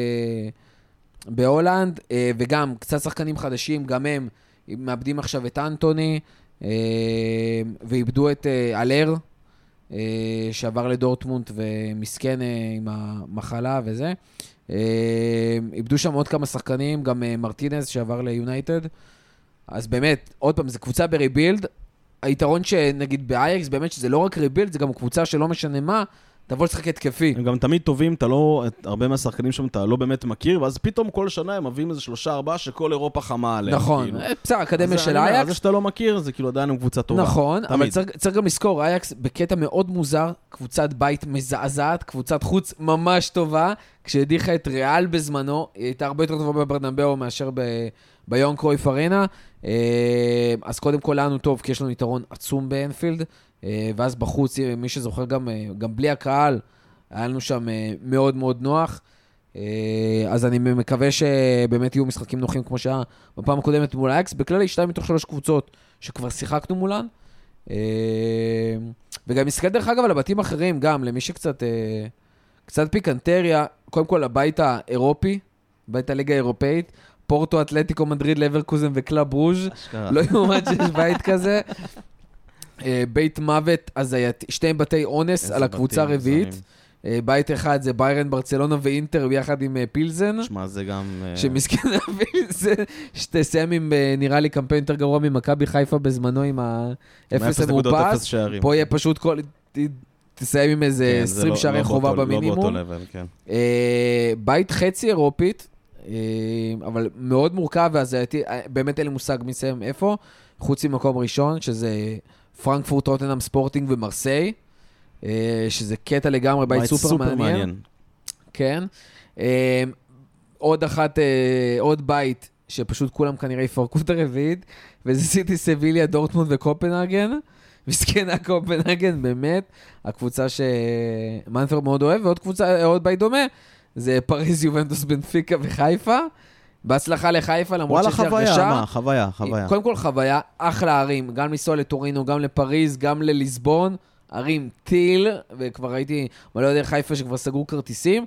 S1: בהולנד, וגם קצת שחקנים חדשים, גם הם מאבדים עכשיו את אנטוני, ואיבדו את אלר, שעבר לדורטמונד ומסכן עם המחלה וזה. איבדו שם עוד כמה שחקנים, גם מרטינז שעבר ליונייטד. אז באמת, עוד פעם, זו קבוצה בריבילד. היתרון שנגיד באייקס, באמת שזה לא רק ריבילד, זה גם קבוצה שלא משנה מה, תבוא לשחק התקפי.
S3: הם גם תמיד טובים, אתה לא, הרבה מהשחקנים שם אתה לא באמת מכיר, ואז פתאום כל שנה הם מביאים איזה 3-4 שכל אירופה חמה עליהם.
S1: נכון, בסדר, האקדמיה של אייקס.
S3: זה שאתה לא מכיר, זה כאילו עדיין קבוצה טובה.
S1: נכון, אבל צריך גם לזכור, אייקס בקטע מאוד מוזר, קבוצת בית מזעזעת, קבוצת חוץ ממש טובה, כשהדיחה את ריאל בזמנו, היא הייתה הרבה יותר טובה בברנבאו מאשר ביון קרויף ארנה. אז קודם כל לנו טוב, כי יש לנו יתרון עצום באנפילד, ואז בחוץ, מי שזוכר גם בלי הקהל, היה לנו שם מאוד מאוד נוח. אז אני מקווה שבאמת יהיו משחקים נוחים כמו שהיה בפעם הקודמת מול אייקס. בכללי 2 מתוך 3 קבוצות שכבר שיחקנו מולן. וגם מסתכל דרך אגב על הבתים אחרים, גם למי שקצת קצת פיקנטריה, קודם כל הבית האירופי, בית הליגה האירופאית, פורטו, אתלטיקו, מדריד, לברקוזן וקלאב רוז'. לא יאומן שיש בית כזה. בית מוות הזייתי, 2 בתי אונס על הקבוצה הרביעית. בית אחד זה ביירן, ברצלונה ואינטר ביחד עם פילזן.
S3: שמע, זה גם...
S1: שמסכן פילזן, שתסיים עם, נראה לי, קמפיין יותר גרוע ממכבי חיפה בזמנו עם האפס המאופס. פה יהיה פשוט כל... תסיים עם איזה 20 שערי חובה במינימום. בית חצי אירופית, אבל מאוד מורכב והזייתי, באמת אין לי מושג מי סיים איפה, חוץ ממקום ראשון, שזה פרנקפורט, רוטנהאם, ספורטינג ומרסיי, שזה קטע לגמרי, בית סופר מעניין. כן. עוד בית, שפשוט כולם כנראה יפרקו את הרביעית, וזה סיטי, סביליה, דורטמונד וקופנהגן. מסכנה קופנהגן, באמת, הקבוצה שמנפרד מאוד אוהב, ועוד בית דומה, זה פריז, יובנטוס, בנפיקה וחיפה. בהצלחה לחיפה, למרות שיש הרגשה.
S3: חוויה.
S1: קודם כל חוויה, אחלה ערים, גם לנסוע לטורינו, גם לפריז, גם לליסבון, ערים טיל, וכבר ראיתי, אבל לא יודע, חיפה שכבר סגרו כרטיסים.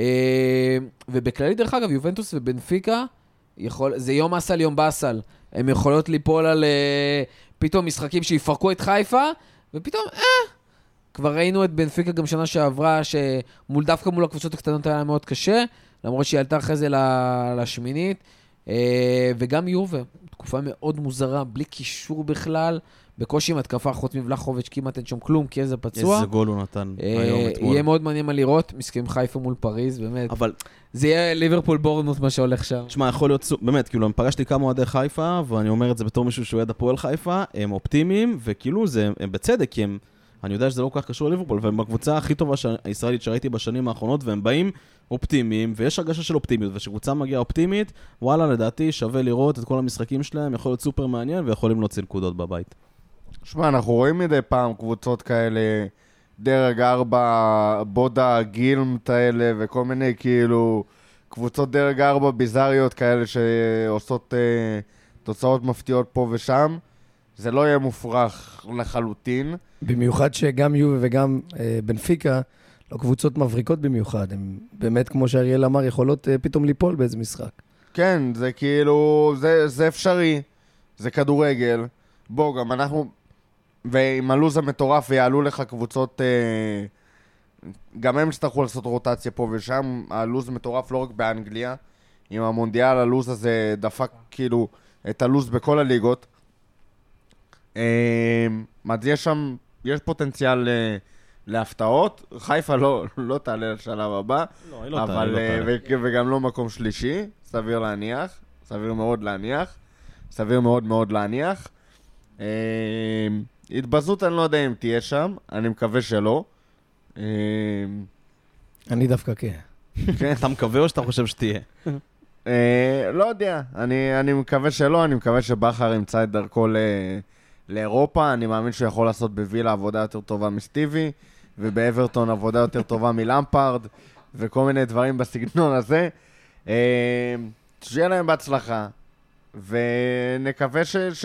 S1: ובכללי, דרך אגב, יובנטוס ובנפיקה, זה יום אסל, יום באסל. הם יכולות ליפול על פתאום משחקים שיפרקו את חיפה, ופתאום, כבר ראינו את בנפיקה גם שנה שעברה, דווקא מול הקבוצות הקטנות היה מאוד קשה, למרות שהיא עלתה אחרי זה לשמינית, וגם יובה, תקופה מאוד מוזרה, בלי קישור בכלל, בקושי עם התקפה חוץ מבלחוביץ' כמעט אין שם כלום, כי איזה פצוע.
S3: איזה גול הוא נתן היום אתמול.
S1: יהיה מאוד מעניין מה לראות, מסכים חיפה מול פריז, באמת.
S3: אבל...
S1: זה יהיה ליברפול בורנמוט מה שהולך שם.
S3: תשמע, יכול להיות, באמת, כאילו, אני פגשתי כמה אוהדי חיפה, ואני אומר את זה בתור מישהו שאוהד הפועל חיפה, הם אופטימיים, וכאילו, הם בצדק, כי אני יודע שזה לא כל כך קשור לליברפול, והם בקבוצה הכי טובה הישראלית שראיתי בשנים האחרונות, והם באים אופטימיים, ויש הרגשה של אופטימיות, ושקבוצה מגיעה אופטימית, וואלה, לדעתי, שווה לראות את כל המשחקים שלהם, יכול להיות סופר מעניין, ויכולים להוציא נקודות בבית.
S2: שמע, אנחנו רואים מדי פעם קבוצות כאלה, דרג 4, בודה, גילמט האלה, וכל מיני כאילו קבוצות דרג 4 ביזריות כאלה שעושות תוצאות מפתיעות פה ושם. זה לא יהיה מופרך לחלוטין.
S4: במיוחד שגם יובה וגם בנפיקה, לא קבוצות מבריקות במיוחד. הן באמת, כמו שאריאל אמר, יכולות פתאום ליפול באיזה משחק.
S2: כן, זה כאילו, זה אפשרי. זה כדורגל. בוא, גם אנחנו... ועם הלוז המטורף ויעלו לך קבוצות, גם הם יצטרכו לעשות רוטציה פה ושם, הלוז מטורף לא רק באנגליה, עם המונדיאל הלוז הזה דפק כאילו את הלוז בכל הליגות. אז יש פוטנציאל להפתעות, חיפה לא תעלה לשלב הבא,
S3: לא
S2: אבל, וגם לא מקום שלישי, סביר להניח, סביר מאוד מאוד להניח. התבזות אני לא יודע אם תהיה שם, אני מקווה שלא.
S4: אני דווקא כן.
S3: אתה מקווה או שאתה חושב שתהיה?
S2: לא יודע, אני מקווה שלא, אני מקווה שבחר ימצא את דרכו לאירופה, אני מאמין שהוא יכול לעשות בווילה עבודה יותר טובה מסטיבי, ובאברטון עבודה יותר טובה מלמפארד, וכל מיני דברים בסגנון הזה. שיהיה להם בהצלחה, ונקווה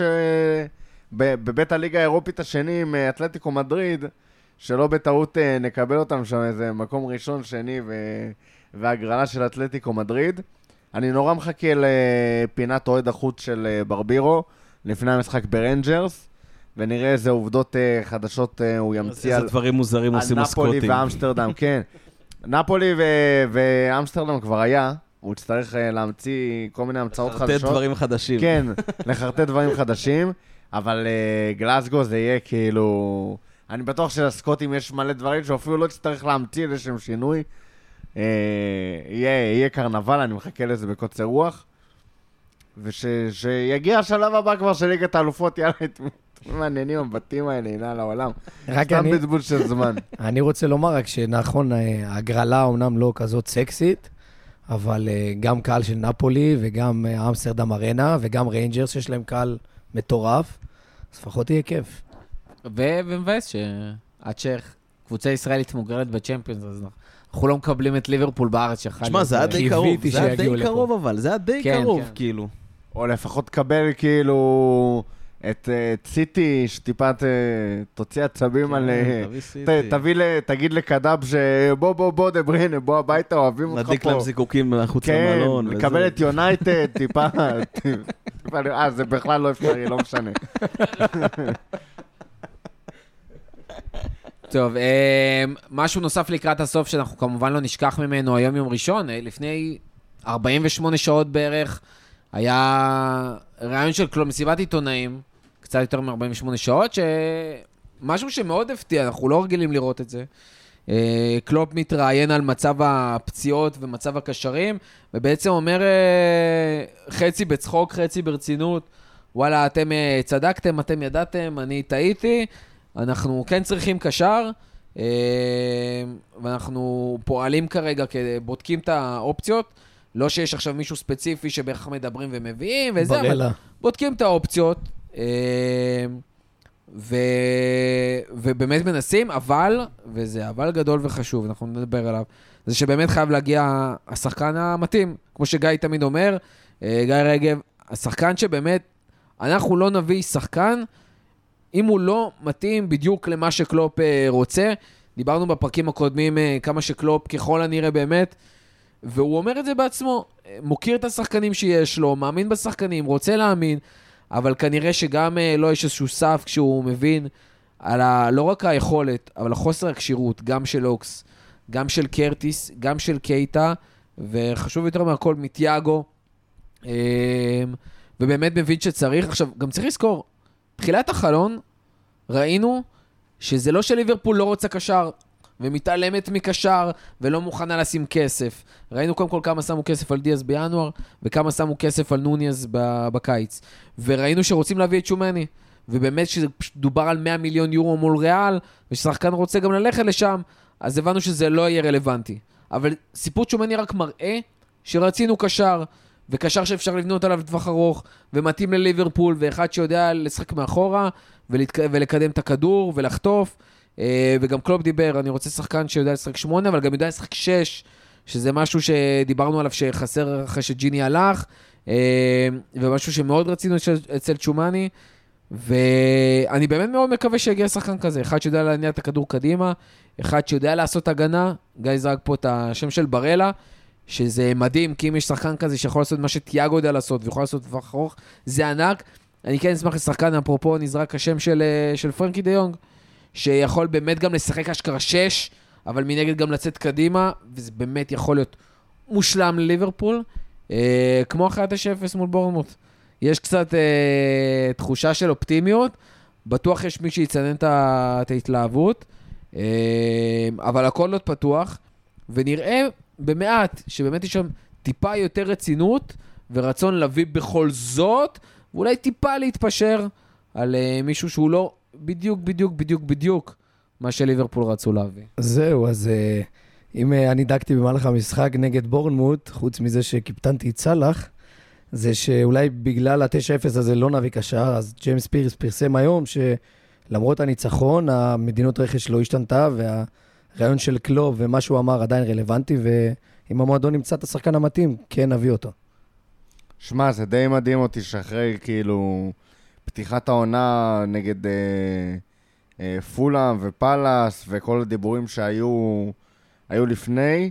S2: בבית הליגה האירופית השני עם אתלטיקו מדריד, שלא בטעות נקבל אותם שם איזה מקום ראשון, שני והגרלה של אתלטיקו מדריד. אני נורא מחכה לפינת אוהד החוץ של ברבירו, לפני המשחק ברנג'רס, ונראה איזה עובדות חדשות הוא ימציא
S3: איזה דברים מוזרים עושים הסקוטים.
S2: נפולי ואמסטרדם, כן. נפולי ואמסטרדם כבר היה, הוא יצטרך להמציא כל מיני המצאות חדשות.
S3: לחרטט דברים חדשים.
S2: כן, לחרטט דברים חדשים. אבל גלסגו זה יהיה כאילו... אני בטוח שלסקוטים יש מלא דברים שאפילו לא תצטרך להמציא לשם שינוי. יהיה קרנבל, אני מחכה לזה בקוצר רוח. ושיגיע השלב הבא כבר של ליגת האלופות, יאללה, מעניינים הבתים האלה, הנה לעולם. סתם בזבוז של זמן.
S4: אני רוצה לומר רק שנכון, הגרלה אמנם לא כזאת סקסית, אבל גם קהל של נפולי וגם אמסטרדם ארנה וגם ריינג'רס שיש להם קהל מטורף, אז לפחות יהיה כיף.
S1: ומבאס שעד שקבוצה ישראלית מוגרלת בצ'מפיונס, אז אנחנו לא מקבלים את ליברפול בארץ שחל.
S3: שמע, זה היה די קרוב, זה היה די קרוב אבל, זה היה די קרוב, כאילו.
S2: או לפחות קבל כאילו את סיטי, שטיפה תוציא עצבים על... תגיד לקדאב שבוא דבריינה, בוא הביתה, אוהבים אותך פה.
S3: נדיק להם זיקוקים מחוץ למלון.
S2: כן, לקבל את יונייטד, טיפה... זה בכלל לא אפשרי, לא משנה.
S1: טוב, משהו נוסף לקראת הסוף שאנחנו כמובן לא נשכח ממנו, היום יום ראשון, לפני 48 שעות בערך, היה רעיון של קלופ, מסיבת עיתונאים, קצת יותר מ-48 שעות, משהו שמאוד הפתיע, אנחנו לא רגילים לראות את זה. קלופ מתראיין על מצב הפציעות ומצב הקשרים, ובעצם אומר חצי בצחוק, חצי ברצינות, וואלה, אתם צדקתם, אתם ידעתם, אני טעיתי, אנחנו כן צריכים קשר, ואנחנו פועלים כרגע, בודקים את האופציות, לא שיש עכשיו מישהו ספציפי שבערך מדברים ומביאים, וזה, אבל בודקים את האופציות, ובאמת מנסים, אבל, וזה אבל גדול וחשוב, אנחנו נדבר עליו, זה שבאמת חייב להגיע השחקן המתאים, כמו שגיא תמיד אומר, גיא רגב, השחקן שבאמת, אנחנו לא נביא שחקן, אם הוא לא מתאים בדיוק למה שקלופ רוצה, דיברנו בפרקים הקודמים כמה שקלופ ככל הנראה באמת, והוא אומר את זה בעצמו, מוקיר את השחקנים שיש לו, מאמין בשחקנים, רוצה להאמין, אבל כנראה שגם לא יש איזשהו סף כשהוא מבין על לא רק היכולת, אבל החוסר הקשירות, גם של אוקס, גם של קרטיס, גם של קייטה, וחשוב יותר מהכל מתיאגו, ובאמת מבין שצריך. עכשיו, גם צריך לזכור, תחילת החלון, ראינו שזה לא שליברפול לא רוצה קשר, ומתעלמת מקשר, ולא מוכנה לשים כסף. ראינו קודם כל כמה שמו כסף על דיאז בינואר, וכמה שמו כסף על נוניאז בקיץ. וראינו שרוצים להביא את שומני, ובאמת שדובר על 100 מיליון יורו מול ריאל, וששחקן רוצה גם ללכת לשם, אז הבנו שזה לא יהיה רלוונטי. אבל סיפור שומני רק מראה שרצינו קשר, וקשר שאפשר לבנות עליו לטווח ארוך, ומתאים לליברפול, ואחד שיודע לשחק מאחורה, ולקדם את הכדור, ולחטוף. וגם קלופ דיבר, אני רוצה שחקן שיודע לשחק 8, אבל גם יודע לשחק 6, שזה משהו שדיברנו עליו שחסר אחרי שג'יני הלך, ומשהו שמאוד רצינו אצל צ'ומני, ואני באמת מאוד מקווה שיגיע שחקן כזה, אחד שיודע להניע את הכדור קדימה, אחד שיודע לעשות הגנה, גיא זרק פה את השם של ברלה, שזה מדהים, כי אם יש שחקן כזה שיכול לעשות מה שתיאגו יודע לעשות, ויכול לעשות טווח ארוך, זה ענק. אני כן אשמח לשחקן, אפרופו נזרק השם של פרנקי דה יונג, שיכול באמת גם לשחק אשכרה 6, אבל מנגד גם לצאת קדימה, וזה באמת יכול להיות מושלם לליברפול, כמו אחרי 9-0 מול בורנמוט. יש קצת תחושה של אופטימיות, בטוח יש מי שיצנן את ההתלהבות, אבל הכל עוד פתוח, ונראה במעט שבאמת יש שם טיפה יותר רצינות, ורצון להביא בכל זאת, ואולי טיפה להתפשר על מישהו שהוא לא בדיוק מה שליברפול רצו להביא.
S4: זהו, אז אם אני דקתי במהלך המשחק נגד בורנמוט, חוץ מזה שקיפטנתי את סלאח, זה שאולי בגלל ה-9-0 הזה לא נביא קשר, אז ג'יימס פירס פרסם היום שלמרות הניצחון, המדינות רכש לא השתנתה, והרעיון של קלוב ומה שהוא אמר עדיין רלוונטי, ואם המועדון נמצא את השחקן המתאים, כן נביא אותו.
S2: שמע, זה די מדהים אותי שאחרי כאילו פתיחת העונה נגד פולאם ופלאס וכל הדיבורים שהיו לפני,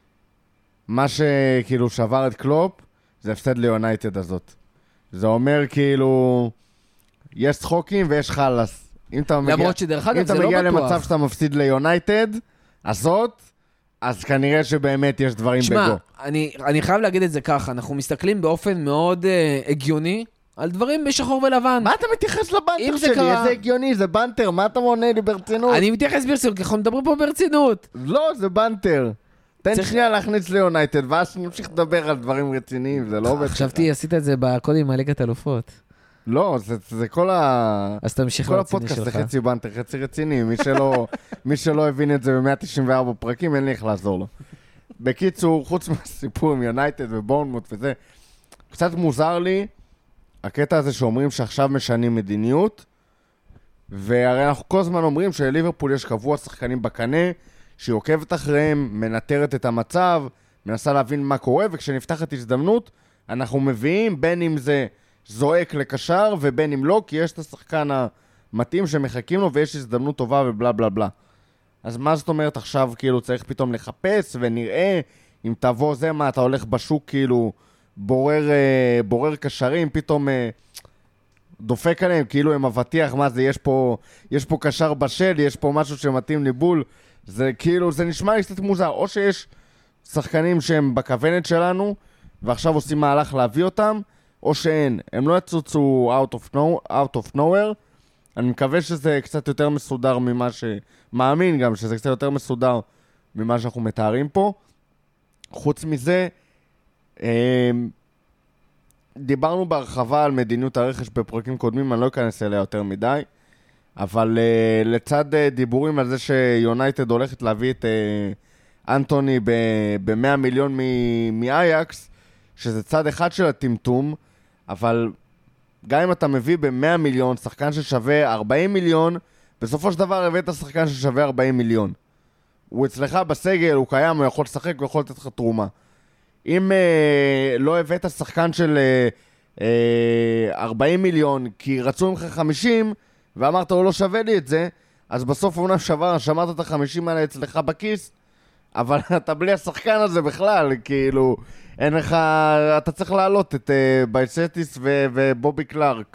S2: מה שכאילו שבר את קלופ זה הפסד ליונייטד הזאת. זה אומר כאילו יש צחוקים ויש חלס.
S1: למרות שדרך אגב זה לא בטוח. אם אתה
S2: מגיע למצב שאתה מפסיד ליונייטד הזאת, אז כנראה שבאמת יש דברים בגו.
S1: שמע, אני חייב להגיד את זה ככה, אנחנו מסתכלים באופן מאוד הגיוני על דברים בשחור ולבן.
S2: מה אתה מתייחס לבנטר שלי? איזה הגיוני, זה בנטר, מה אתה מונה לי ברצינות?
S1: אני מתייחס ברצינות, כי אנחנו מדברים פה ברצינות.
S2: לא, זה בנטר. תן שנייה להכניס ליונייטד, ואז נמשיך לדבר על דברים רציניים, זה לא עובד.
S1: חשבתי, עשית את זה בקודים מהליגת אלופות.
S2: לא, זה כל
S1: אז תמשיך
S2: כל הפודקאסט זה חצי בנטר, חצי רציני. מי שלא הבין את זה ב-194 פרקים, אין לי איך לעזור לו. בקיצור, חוץ מהסיפור עם יונייטד ובורנמוט וזה, קצת מוזר לי הקטע הזה שאומרים שעכשיו משנים מדיניות, והרי אנחנו כל הזמן אומרים שלליברפול יש קבוע שחקנים בקנה, שהיא עוקבת אחריהם, מנטרת את המצב, מנסה להבין מה קורה, וכשנפתחת הזדמנות, אנחנו מביאים בין אם זה זועק לקשר, ובין אם לא, כי יש את השחקן המתאים שמחכים לו, ויש הזדמנות טובה ובלה בלה בלה. אז מה זאת אומרת עכשיו, כאילו, צריך פתאום לחפש, ונראה, אם תבוא זה מה, אתה הולך בשוק, כאילו, בורר קשרים, פתאום דופק עליהם, כאילו הם מבטיח, מה זה, יש פה קשר בשל, יש פה משהו שמתאים לבול, זה כאילו, זה נשמע לי קצת מוזר, או שיש שחקנים שהם בכוונת שלנו, ועכשיו עושים מהלך להביא אותם, או שאין, הם לא יצוצו out of nowhere, אני מקווה שזה קצת יותר מסודר ממה מאמין גם שזה קצת יותר מסודר ממה שאנחנו מתארים פה. חוץ מזה, דיברנו בהרחבה על מדיניות הרכש בפרקים קודמים, אני לא אכנס אליה יותר מדי, אבל לצד דיבורים על זה שיונייטד הולכת להביא את אנטוני ב-100 מיליון מאייקס, שזה צד אחד של הטמטום, אבל גם אם אתה מביא ב-100 מיליון שחקן ששווה 40 מיליון, בסופו של דבר הבאת שחקן ששווה 40 מיליון. הוא אצלך בסגל, הוא קיים, הוא יכול לשחק, הוא יכול לתת לך תרומה. אם לא הבאת שחקן של 40 מיליון, כי רצו ממך 50, ואמרת, הוא לא שווה לי את זה, אז בסוף אומנם שמרת את ה-50 האלה אצלך בכיס, אבל אתה בלי השחקן הזה בכלל, כאילו, אין לך, אתה צריך להעלות את בייסטיס ובובי קלארק,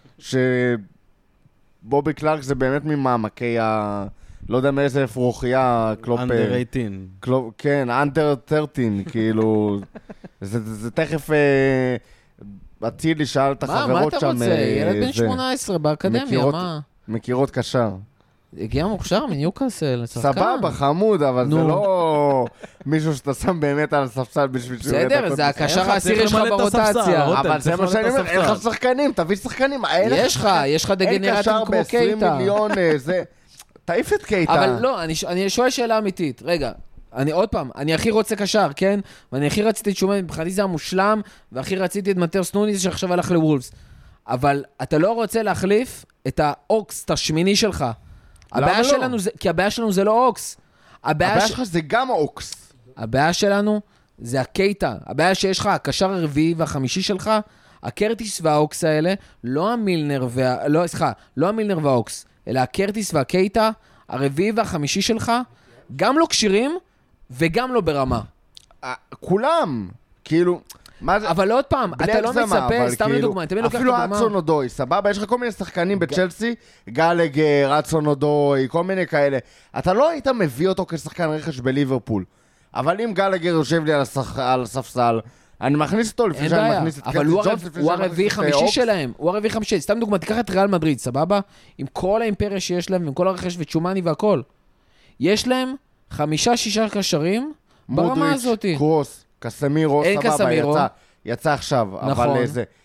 S2: שבובי קלארק זה באמת ממעמקי לא יודע מאיזה אפרוחיה, קלופ...
S3: אנדר 18.
S2: כן, אנדר 13, כאילו, זה תכף... אצילי שאל את החברות שם...
S1: מה אתה רוצה? ילד בן 18 באקדמיה, מה?
S2: מכירות קשר.
S1: הגיע מוכשר מניוקאסל, שחקן.
S2: סבבה, חמוד, אבל זה לא מישהו שאתה שם באמת על הספסל בשביל...
S1: בסדר, זה הקשר העשירי שלך ברוטציה.
S2: אבל זה מה שאני אומר, אין לך שחקנים, תביא שחקנים.
S1: יש לך דגנרטים כמו קייטה.
S2: אין קשר ב-20 מיליון, זה... תעיף את קייטה.
S1: אבל לא, אני שואל שאלה אמיתית. רגע, עוד פעם, אני הכי רוצה קשר, כן? ואני הכי רציתי את שומן, מבחינתי זה המושלם, והכי רציתי את מטרס נוניס שעכשיו הלך לוולפס. אבל אתה לא רוצה להחליף את האוקס, את השמיני שלך. הבעיה שלנו זה, כי הבעיה שלנו זה לא אוקס.
S2: הבעיה שלך זה גם אוקס.
S1: הבעיה שלנו זה הקייטה. הבעיה שיש לך, הקשר הרביעי והחמישי שלך, הקרטיס והאוקס האלה, לא המילנר לא המילנר והאוקס, אלא הקרטיס והקייטה, הרביעי והחמישי שלך, גם לא קשירים וגם לא ברמה.
S2: כולם, כאילו...
S1: אבל עוד פעם, אתה לא מצפה, סתם לדוגמה,
S2: אפילו אצון אודוי, סבבה? יש לך כל מיני שחקנים בצ'לסי, גלגר, אצון אודוי, כל מיני כאלה. אתה לא היית מביא אותו כשחקן רכש בליברפול. אבל אם גלגר יושב לי על הספסל, אני מכניס אותו לפני שאני מכניס את קרטיס ג'ונס,
S1: הוא הרביעי חמישי שלהם, הוא הרביעי חמישי. סתם דוגמה, תיקח את ריאל מדריד, סבבה? עם כל האימפריה שיש להם, עם כל הרכש וצ'ומני והכל. יש להם 5-6 קשרים ברמה הזאת.
S2: קרוס. קסמירו, סבבה, יצא עכשיו.
S1: נכון.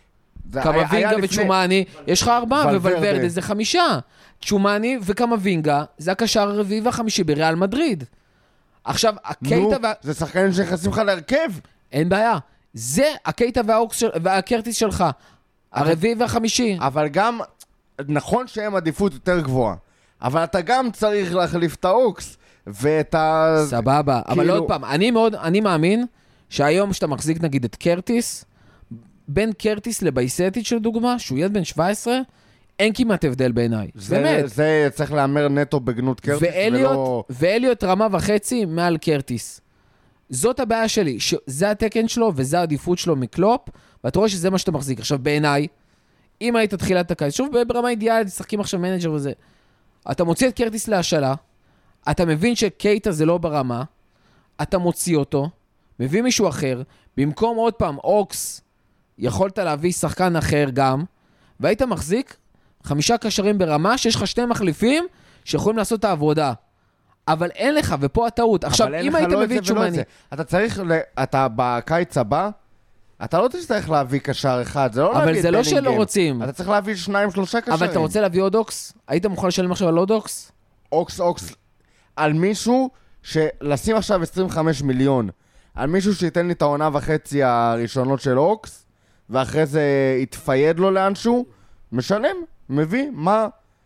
S1: קמבינגה וצ'ומני, יש לך 4, וולברדה זה 5. צ'ומני וקמבינגה, זה הקשר הרביעי והחמישי בריאל מדריד. עכשיו, הקייטה
S2: זה שחקנים שנכנסים לך להרכב.
S1: אין בעיה. זה הקייטה והקרטיס שלך. הרביעי והחמישי.
S2: אבל גם, נכון שהם עדיפות יותר גבוהה, אבל אתה גם צריך להחליף את האוקס, ואת
S1: סבבה, אבל עוד פעם, אני מאמין, שהיום שאתה מחזיק נגיד את קרטיס, בין קרטיס לבייסטית של דוגמה, שהוא ילד בן 17, אין כמעט הבדל בעיניי. באמת.
S2: זה צריך לאמר נטו בגנות קרטיס,
S1: ואליוט רמה וחצי מעל קרטיס. זאת הבעיה שלי, שזה התקן שלו וזה העדיפות שלו מקלופ, ואתה רואה שזה מה שאתה מחזיק. עכשיו בעיניי, אם היית תחילת הקיץ, שוב ברמה אידיאלית, שחקים עכשיו מנג'ר וזה, אתה מוציא את קרטיס להשאלה, אתה מבין שקייטה זה לא ברמה, אתה מוציא אותו, מביא מישהו אחר, במקום עוד פעם, אוקס, יכולת להביא שחקן אחר גם, והיית מחזיק 5 קשרים ברמה, שיש לך 2 מחליפים, שיכולים לעשות את העבודה. אבל אין לך, ופה הטעות. עכשיו, אם היית מביא את שומני...
S2: אתה צריך, אתה בקיץ הבא, אתה לא תצטרך להביא קשר אחד, זה לא להביא את בלינגהם.
S1: אבל זה לא שלא רוצים.
S2: אתה צריך להביא 2-3 קשרים.
S1: אבל אתה רוצה להביא עוד אוקס? היית מוכן לשלם עכשיו על עוד אוקס?
S2: אוקס, על מישהו שלשים עכשיו 25 מיליון, על מישהו שייתן לי את העונה וחצי הראשונות של אוקס, ואחרי זה יתפייד לו לאנשהו, משלם, מביא, מה?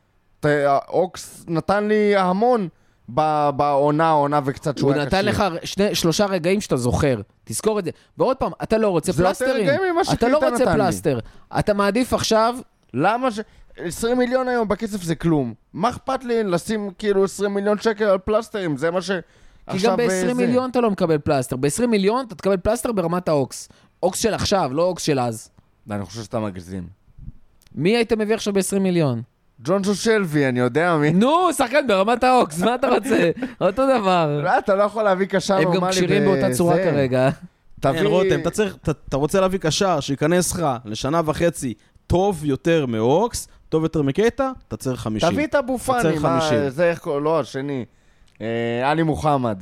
S2: אוקס נתן לי המון בעונה וקצת שהוא
S1: היה קשה. הוא נתן לך 3 רגעים שאתה זוכר. תזכור את זה. ועוד פעם, אתה לא רוצה פלסטרים. אתה לא רוצה פלסטר. אתה מעדיף עכשיו...
S2: למה 20 מיליון היום בכסף זה כלום. מה אכפת לי לשים כאילו 20 מיליון שקל על פלסטרים? זה מה ש...
S1: כי גם ב-20 מיליון אתה לא מקבל פלסטר. ב-20 מיליון אתה תקבל פלסטר ברמת האוקס. אוקס של עכשיו, לא אוקס של אז.
S2: אני חושב שאתה מגזים.
S1: מי היית מביא עכשיו ב-20 מיליון?
S2: ג'ון שלוי, אני יודע מי.
S1: נו, שחקן ברמת האוקס, מה אתה רוצה? אותו דבר.
S2: לא, אתה לא יכול להביא קשר נורמלי.
S1: הם גם קשירים באותה צורה כרגע.
S3: אין, רותם, אתה רוצה להביא קשר שיכנס לך לשנה וחצי טוב יותר מאוקס, טוב יותר מקייטה, אתה צריך 50.
S2: תביא את אבו פאני, זה איך קוראים, לא, השני. עלי מוחמד.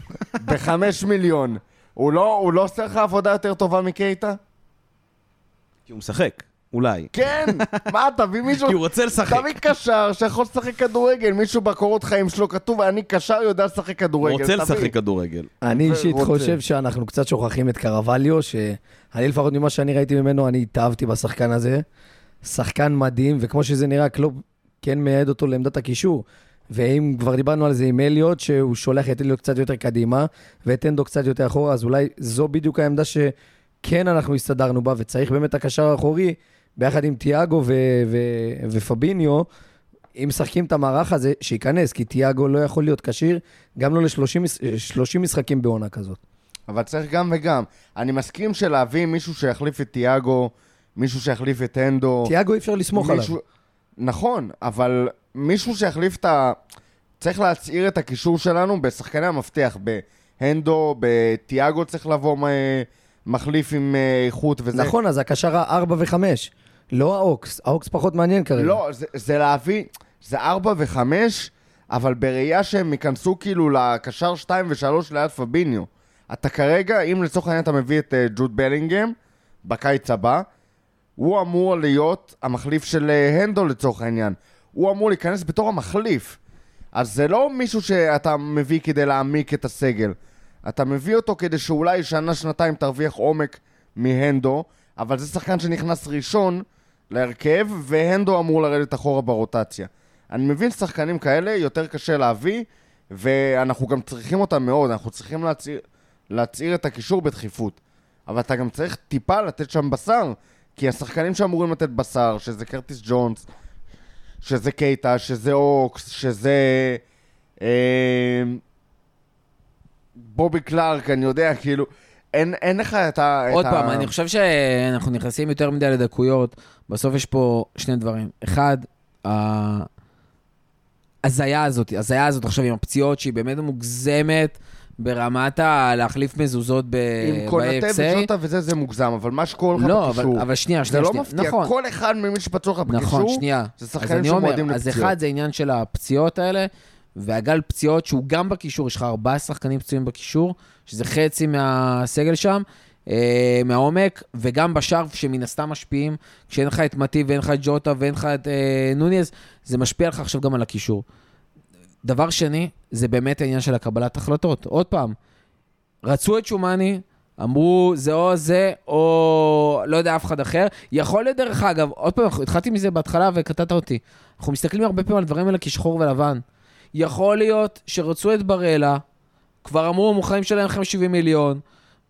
S2: ב5 מיליון. הוא לא עושה לך עבודה יותר טובה מקייטה?
S3: כי הוא משחק, אולי.
S2: כן, מה, תביא מישהו...
S3: כי הוא רוצה לשחק.
S2: תביא קשר שיכול לשחק כדורגל, מישהו בקורות חיים שלו כתוב, אני קשר יודע לשחק כדורגל.
S3: הוא רוצה לשחק כדורגל.
S4: אני אישית חושב שאנחנו קצת שוכחים את קרווליו, שאני לפחות ממה שאני ראיתי ממנו, אני התאהבתי בשחקן הזה. שחקן מדהים, וכמו שזה נראה, קלופ כן מייעד אותו לעמדת הקישור. ואם כבר דיברנו על זה עם אליוט, שהוא שולח את אליוט קצת יותר קדימה, ואת אנדו קצת יותר אחורה, אז אולי זו בדיוק העמדה שכן אנחנו הסתדרנו בה, וצריך באמת הקשר האחורי, ביחד עם תיאגו ופביניו, אם משחקים את המערך הזה, שיכנס, כי תיאגו לא יכול להיות קשיר, גם לא ל-30 משחקים בעונה כזאת.
S2: אבל צריך גם וגם. אני מסכים שלהביא מישהו שיחליף את תיאגו, מישהו שיחליף את אנדו.
S4: תיאגו אי אפשר לסמוך עליו.
S2: נכון, אבל מישהו שיחליף צריך להצעיר את הקישור שלנו בשחקני המפתח, בהנדו, בתיאגו צריך לבוא מחליף עם איכות וזה.
S4: נכון, אז הקשר 4 ו-5, לא האוקס. האוקס פחות מעניין כרגע.
S2: לא, זה להביא, זה 4 ו-5, אבל בראייה שהם ייכנסו כאילו לקשר 2 ו-3 ליד פביניו. אתה כרגע, אם לצורך העניין אתה מביא את ג'וד בלינגהם, בקיץ הבא, הוא אמור להיות המחליף של הנדו לצורך העניין. הוא אמור להיכנס בתור המחליף. אז זה לא מישהו שאתה מביא כדי להעמיק את הסגל. אתה מביא אותו כדי שאולי שנה-שנתיים תרוויח עומק מהנדו, אבל זה שחקן שנכנס ראשון להרכב, והנדו אמור לרדת אחורה ברוטציה. אני מבין שחקנים כאלה יותר קשה להביא, ואנחנו גם צריכים אותם מאוד. אנחנו צריכים להצעיר את הקישור בדחיפות. אבל אתה גם צריך טיפה לתת שם בשר, כי השחקנים שאמורים לתת בשר, שזה קרטיס ג'ונס, שזה קייטה, שזה אוקס, שזה בובי קלארק, אני יודע, כאילו, אין לך את
S1: עוד פעם, אני חושב שאנחנו נכנסים יותר מדי לדקויות, בסוף יש פה שני דברים. אחד, הזיה הזאת עכשיו עם הפציעות שהיא באמת מוגזמת, ברמת להחליף מזוזות ב-AFC.
S2: עם קונטה וג'וטה וזה, זה מוגזם, אבל מה שקורה לך בקישור.
S1: לא, אבל שנייה.
S2: זה לא מפתיע, כל אחד ממי שפצוע לך בקישור, זה שחקנים שמועדים לפציעות.
S1: אז אחד זה עניין של הפציעות האלה, והגל פציעות שהוא גם בקישור, יש לך 4 שחקנים פצועים בקישור, שזה חצי מהסגל שם, מהעומק, וגם בשאר שמן הסתם משפיעים, כשאין לך את מתי ואין לך את ג'וטה ואין לך את נוניז, זה משפיע לך עכשיו גם על הקישור. דבר שני, זה באמת העניין של הקבלת החלטות. עוד פעם, רצו את שומני, אמרו זה או זה, או לא יודע אף אחד אחר. יכול להיות דרך אגב, עוד פעם, התחלתי מזה בהתחלה וקטעת אותי. אנחנו מסתכלים הרבה פעמים על דברים האלה כשחור ולבן. יכול להיות שרצו את ברלה, כבר אמרו מוכנים שלהם 70 מיליון,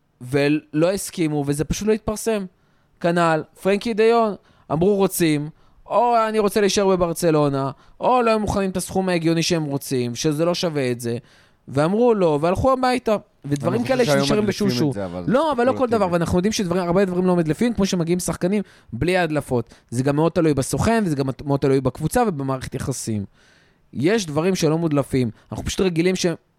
S1: ולא הסכימו, וזה פשוט לא התפרסם. כנ"ל, פרנקי דיון, אמרו רוצים, או אני רוצה להישאר בברצלונה, או לא הם מוכנים את הסכום ההגיוני שהם רוצים, שזה לא שווה את זה, ואמרו לא, והלכו הביתה. ודברים כאלה שנשארים בשושו. לא, אבל לא כל דבר, ואנחנו יודעים שהרבה דברים לא מדלפים, כמו שמגיעים שחקנים בלי הדלפות. זה גם מאוד תלוי בסוכן, וזה גם מאוד תלוי בקבוצה ובמערכת יחסים. יש דברים שלא מודלפים. אנחנו פשוט רגילים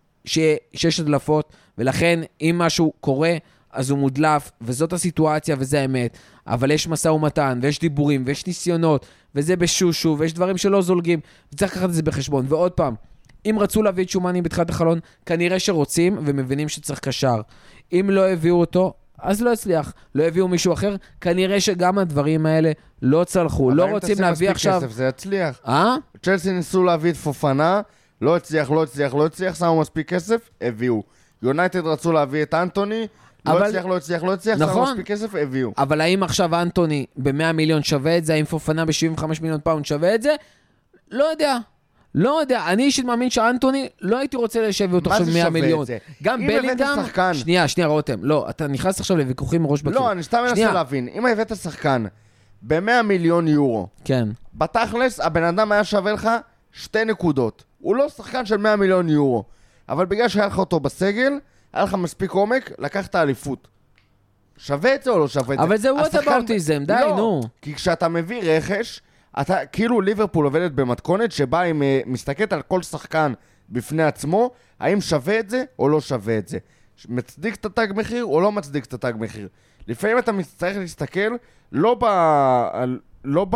S1: שיש הדלפות, ולכן אם משהו קורה, אז הוא מודלף, וזאת הסיטואציה, וזה האמת. אבל יש מסע ומתן, ויש דיבורים, ויש ניסיונות, וזה בשושו, ויש דברים שלא זולגים, וצריך לקחת את זה בחשבון. ועוד פעם, אם רצו להביא את שומני בתחילת החלון, כנראה שרוצים, ומבינים שצריך קשר. אם לא הביאו אותו, אז לא הצליח. לא הביאו מישהו אחר, כנראה שגם הדברים האלה לא צלחו. לא רוצים להביא עכשיו...
S2: כסף, זה יצליח. צ'לסי ניסו להביא את פופנה, לא הצליח, שמו מספיק כסף, הביאו. יונייטד רצו להביא את אנטוני, לא הצליח, שמו מספיק כסף, הביאו.
S1: אבל האם עכשיו אנטוני ב-100 מיליון שווה את זה? האם פופנה ב-75 מיליון פאונד שווה את זה? לא יודע. לא יודע, אני אישית מאמין שאנטוני, לא הייתי רוצה לשב אותו עכשיו 100 מיליון. גם בלינגהם, שנייה, רותם, לא, אתה נכנס עכשיו לוויכוחים מראש בקיר.
S2: לא, אני סתם מנסה להבין, אם הבאת שחקן ב-100 מיליון יורו,
S1: כן.
S2: בתכלס, הבן אדם היה שווה לך 2 נקודות. הוא לא שחקן של 100 מיליון יורו, אבל בגלל שהיה לך אותו בסגל, היה לך מספיק עומק, לקחת אליפות. שווה את זה או לא שווה את זה?
S1: אבל זה what aboutism, די, נו.
S2: כי כשאתה מביא רכש, אתה, כאילו ליברפול עובדת במתכונת שבה היא מסתכלת על כל שחקן בפני עצמו, האם שווה את זה או לא שווה את זה. מצדיק את התג מחיר או לא מצדיק את התג מחיר. לפעמים אתה צריך להסתכל לא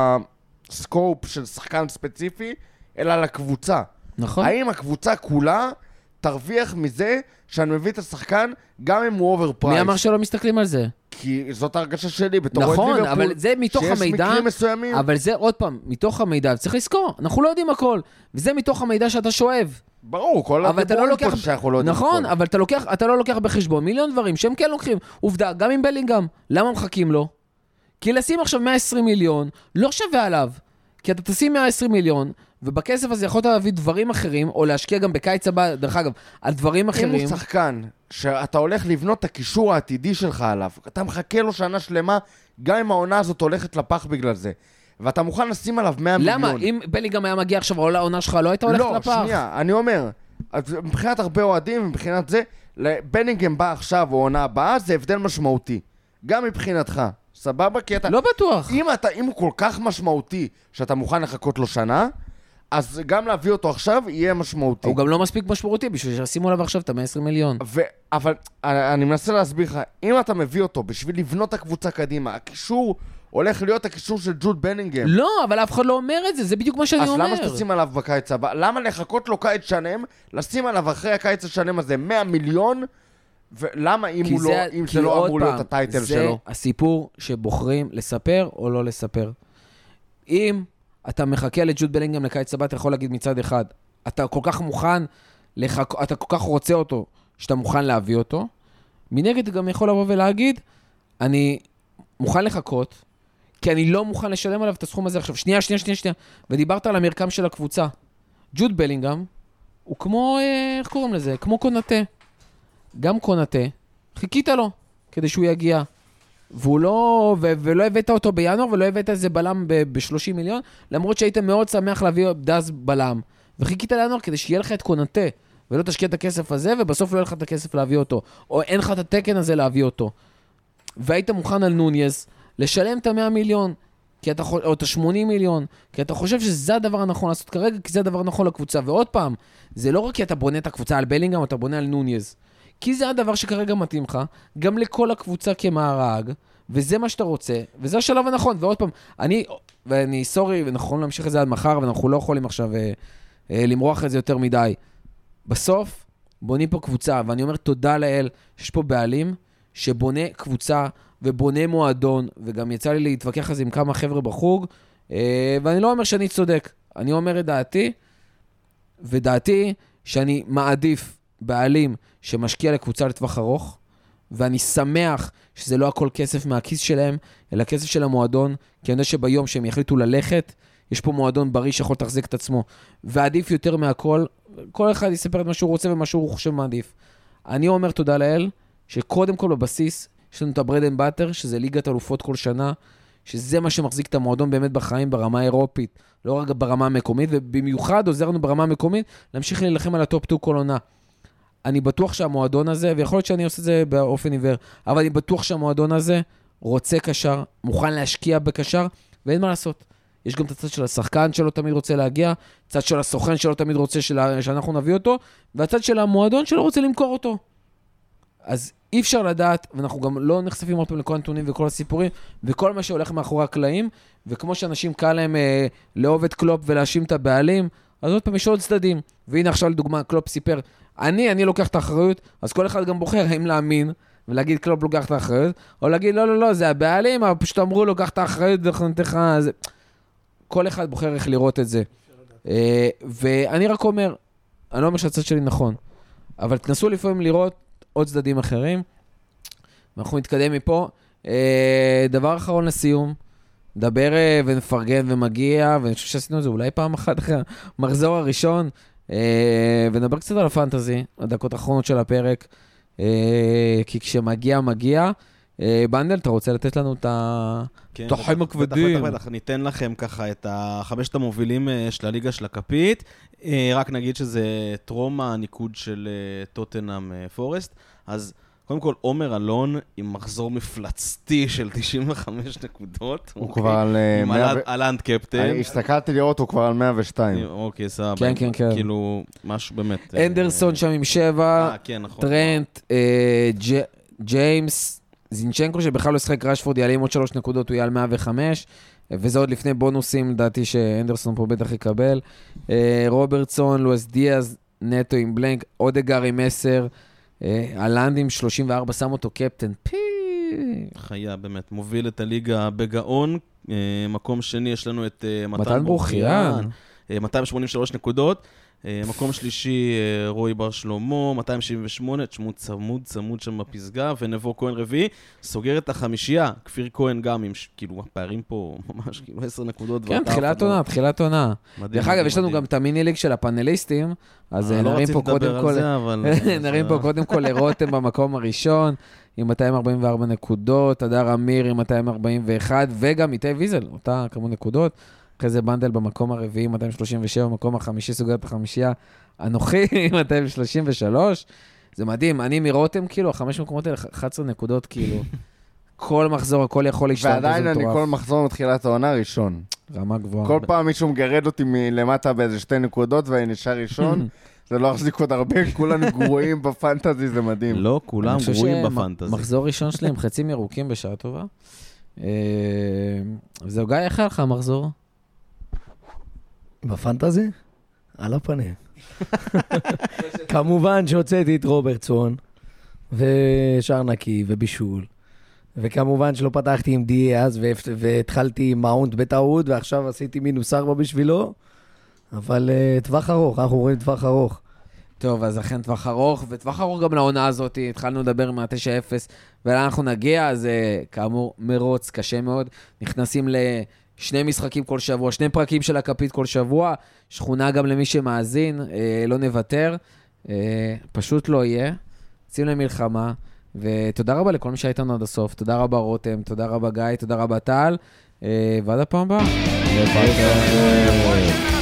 S2: בסקופ של שחקן ספציפי, אלא לקבוצה.
S1: נכון.
S2: האם הקבוצה כולה תרוויח מזה שאני מביא את השחקן גם אם הוא אובר פרייס.
S1: מי אמר שלא מסתכלים על זה?
S2: כי זאת הרגשה שלי בתור
S1: נכון, אבל זה מתוך המידע,
S2: שיש מקרים מסוימים.
S1: אבל זה עוד פעם, מתוך המידע, צריך לזכור, אנחנו לא יודעים הכל, וזה מתוך המידע שאתה שואב.
S2: ברור, כל הדיבורים פה שאנחנו לא יודעים הכל.
S1: נכון, אבל אתה לא לוקח בחשבון מיליון דברים שהם כן לוקחים. עובדה, גם עם בלינגהם, למה מחכים לו? כי לשים עכשיו 120 מיליון, לא שווה עליו. כי אתה תשים 120 מיליון, ובכסף הזה יכולת להביא דברים אחרים, או להשקיע גם בקיץ הבא, דרך אגב, על דברים אחרים.
S2: אם הוא שחקן, שאתה הולך לבנות את הקישור העתידי שלך עליו, אתה מחכה לו שנה שלמה, גם אם העונה הזאת הולכת לפח בגלל זה. ואתה מוכן לשים עליו 100 מיליון.
S1: למה? אם בלינגהם היה מגיע עכשיו, העונה שלך לא הייתה הולכת לפח?
S2: לא, שנייה, אני אומר, מבחינת הרבה אוהדים, מבחינת זה, בלינגהם בא עכשיו, או עונה הבאה, זה הבדל משמעותי. גם מבחינתך. סבבה? כי אתה...
S1: לא בטוח.
S2: אם הוא כל כך משמעותי שאתה מוכן לחכות לו שנה, אז גם להביא אותו עכשיו יהיה משמעותי.
S1: הוא גם לא מספיק משמעותי בשביל שישימו עליו עכשיו את ה-120 מיליון.
S2: אבל אני מנסה להסביר לך, אם אתה מביא אותו בשביל לבנות את הקבוצה קדימה, הקישור הולך להיות הקישור של ג'וד בלינגהם.
S1: לא, אבל אף אחד לא אומר את זה, זה בדיוק מה שאני אומר.
S2: אז למה שתשים עליו בקיץ הבא? למה לחכות לו קיץ שלם, לשים עליו אחרי הקיץ השלם הזה 100 מיליון, ולמה אם זה לא אמור להיות הטייטל שלו?
S1: זה הסיפור שבוחרים לספר או לא לספר. אם אתה מחכה לג'וד בלינגהם לקיץ הבא, אתה יכול להגיד מצד אחד, אתה כל כך מוכן, אתה כל כך רוצה אותו, שאתה מוכן להביא אותו. מנגד גם יכול לבוא ולהגיד, אני מוכן לחכות, כי אני לא מוכן לשלם עליו את הסכום הזה עכשיו. שנייה. ודיברת על המרקם של הקבוצה. ג'וד בלינגהם, הוא כמו, איך קוראים לזה? כמו קונטה. גם קונטה, חיכית לו, כדי שהוא יגיע. ולא הבאת אותו בינואר, ולא הבאת איזה בלם ב-30 מיליון, למרות שהיית מאוד שמח להביא דאז בלם. וחיכית לינואר כדי שיהיה לך את קונטה, ולא תשקיע את הכסף הזה, ובסוף לא יהיה לך את הכסף להביא אותו. או אין לך את התקן הזה להביא אותו. והיית מוכן על נוניאז, לשלם את ה-100 מיליון, או את ה-80 מיליון, כי אתה חושב שזה הדבר הנכון לעשות כרגע, כי זה הדבר הנכון לקבוצה. ועוד פעם, זה לא רק כי אתה בונה את הקבוצה על בלינגהם, אתה בונה על נוניאז. כי זה הדבר שכרגע מתאים לך, גם לכל הקבוצה כמארג, וזה מה שאתה רוצה, וזה השלב הנכון. ועוד פעם, ואני סורי, ואנחנו יכולים להמשיך את זה עד מחר, ואנחנו לא יכולים עכשיו למרוח את זה יותר מדי. בסוף, בונים פה קבוצה, ואני אומר תודה לאל, שיש פה בעלים, שבונה קבוצה, ובונה מועדון, וגם יצא לי להתווכח על זה עם כמה חבר'ה בחוג, ואני לא אומר שאני צודק, אני אומר את דעתי, ודעתי שאני מעדיף בעלים שמשקיע לקבוצה לטווח ארוך, ואני שמח שזה לא הכל כסף מהכיס שלהם, אלא כסף של המועדון, כי אני יודע שביום שהם יחליטו ללכת, יש פה מועדון בריא שיכול לתחזק את עצמו, ועדיף יותר מהכל, כל אחד יספר את מה שהוא רוצה ומה שהוא חושב מעדיף. אני אומר תודה לאל, שקודם כל בבסיס, יש לנו את הברד אנד באטר, שזה ליגת אלופות כל שנה, שזה מה שמחזיק את המועדון באמת בחיים ברמה האירופית, לא רק ברמה המקומית, ובמיוחד עוזר לנו ברמה המקומית, להמשיך להילחם על הטופ 2 כל עונה. אני בטוח שהמועדון הזה, ויכול להיות שאני עושה את זה באופן עיוור, אבל אני בטוח שהמועדון הזה רוצה קשר, מוכן להשקיע בקשר, ואין מה לעשות. יש גם את הצד של השחקן שלא תמיד רוצה להגיע, צד של הסוכן שלא תמיד רוצה שאנחנו נביא אותו, והצד של המועדון שלא רוצה למכור אותו. אז אי אפשר לדעת, ואנחנו גם לא נחשפים עוד פעם לכל הנתונים וכל הסיפורים, וכל מה שהולך מאחורי הקלעים, וכמו שאנשים קל להם לאהוב את קלופ ולהאשים את הבעלים, אז עוד פעם יש עוד צדדים. והנה עכשיו לדוגמה, קלופ סיפר, אני לוקח את האחריות, אז כל אחד גם בוחר האם להאמין, ולהגיד קלופ לוקח את האחריות, או להגיד לא, זה הבעלים, אבל פשוט אמרו לוקח את האחריות, כל אחד בוחר איך לראות את זה. ואני רק אומר, אני לא אומר שהצד שלי נכון, אבל תנסו לפעמים לראות עוד צדדים אחרים, ואנחנו נתקדם מפה. דבר אחרון לסיום, נדבר ונפרגן ומגיע, ואני חושב שעשינו את זה אולי פעם אחת אחרי המחזור הראשון, ונדבר קצת על הפנטזי, הדקות האחרונות של הפרק, כי כשמגיע, מגיע. בנדל, אתה רוצה לתת לנו את החיים הכבדים?
S3: בטח, ניתן לכם ככה את החמשת המובילים של הליגה של הכפית. רק נגיד שזה טרום הניקוד של טוטנהאם פורסט. אז קודם כל, עומר אלון עם מחזור מפלצתי של 95 נקודות.
S2: הוא כבר על...
S3: על אנד קפטן.
S2: הסתכלתי לראות, הוא כבר על 102.
S3: אוקיי, סבבה.
S1: כן, כן, כן.
S3: כאילו, משהו באמת...
S1: אנדרסון שם עם 7,
S3: כן, נכון.
S1: טרנט, ג'יימס, זינצ'נקו שבכלל לא ישחק, רשפורד יעלה עם עוד 3 נקודות, הוא יהיה על 105, וזה עוד לפני בונוסים, לדעתי שאנדרסון פה בטח יקבל. רוברטסון, לואס דיאז, נטו עם בלנק, אודגר עם 10, הלנד עם 34, שם אותו קפטן.
S3: חיה, באמת, מוביל את הליגה בגאון. מקום שני, יש לנו את
S1: מתן ברוכיאן.
S3: 283 נקודות. מקום שלישי, רועי בר שלמה, 278, תשמעו צמוד שם בפסגה, ונבוא כהן רביעי, סוגר את החמישייה, כפיר כהן גם עם, כאילו, הפערים פה ממש, כאילו, 10 נקודות.
S1: כן, תחילת עונה. דרך אגב, יש לנו גם את המיני ליג של הפאנליסטים, אז נרים פה קודם כל לרותם במקום הראשון, עם 244 נקודות, הדר אמיר עם 241, וגם איתי ויזל, אותה כמות נקודות. אחרי זה בנדל במקום הרביעי, 237, במקום החמישי, סוגר את החמישייה, אנוכי, 233. זה מדהים, אני מרותם, כאילו, 5 מקומות האלה, 11 נקודות, כאילו, כל מחזור, הכל יכול להשתנות.
S2: ועדיין אני כל מחזור מתחילת העונה ראשון.
S1: רמה גבוהה.
S2: כל פעם מישהו מגרד אותי מלמטה באיזה 2 נקודות, ואני נשאר ראשון. זה לא החזיק עוד הרבה, כולנו גרועים בפנטזי, זה מדהים.
S3: לא, כולם גרועים בפנטזי.
S1: מחזור ראשון שלי עם חצים ירוקים בשעה טובה. זהו, גיא, איך היה לך המחזור?
S4: בפנטזי? על הפנים. כמובן שהוצאתי את רוברטסון, ושער נקי ובישול, וכמובן שלא פתחתי עם דיאז, והתחלתי עם מאונט בטעות, ועכשיו עשיתי -4 בשבילו, אבל טווח ארוך, אנחנו רואים טווח ארוך.
S1: טוב, אז אכן טווח ארוך, וטווח ארוך גם לעונה הזאת, התחלנו לדבר עם 9-0, ולאן אנחנו נגיע, אז כאמור מרוץ קשה מאוד, נכנסים לשני משחקים כל שבוע, 2 פרקים של הכפית כל שבוע, שכונה גם למי שמאזין, לא נוותר, פשוט לא יהיה, יוצאים למלחמה, ותודה רבה לכל מי שהייתנו עד הסוף, תודה רבה רותם, תודה רבה גיא, תודה רבה טל, ועד הפעם הבאה.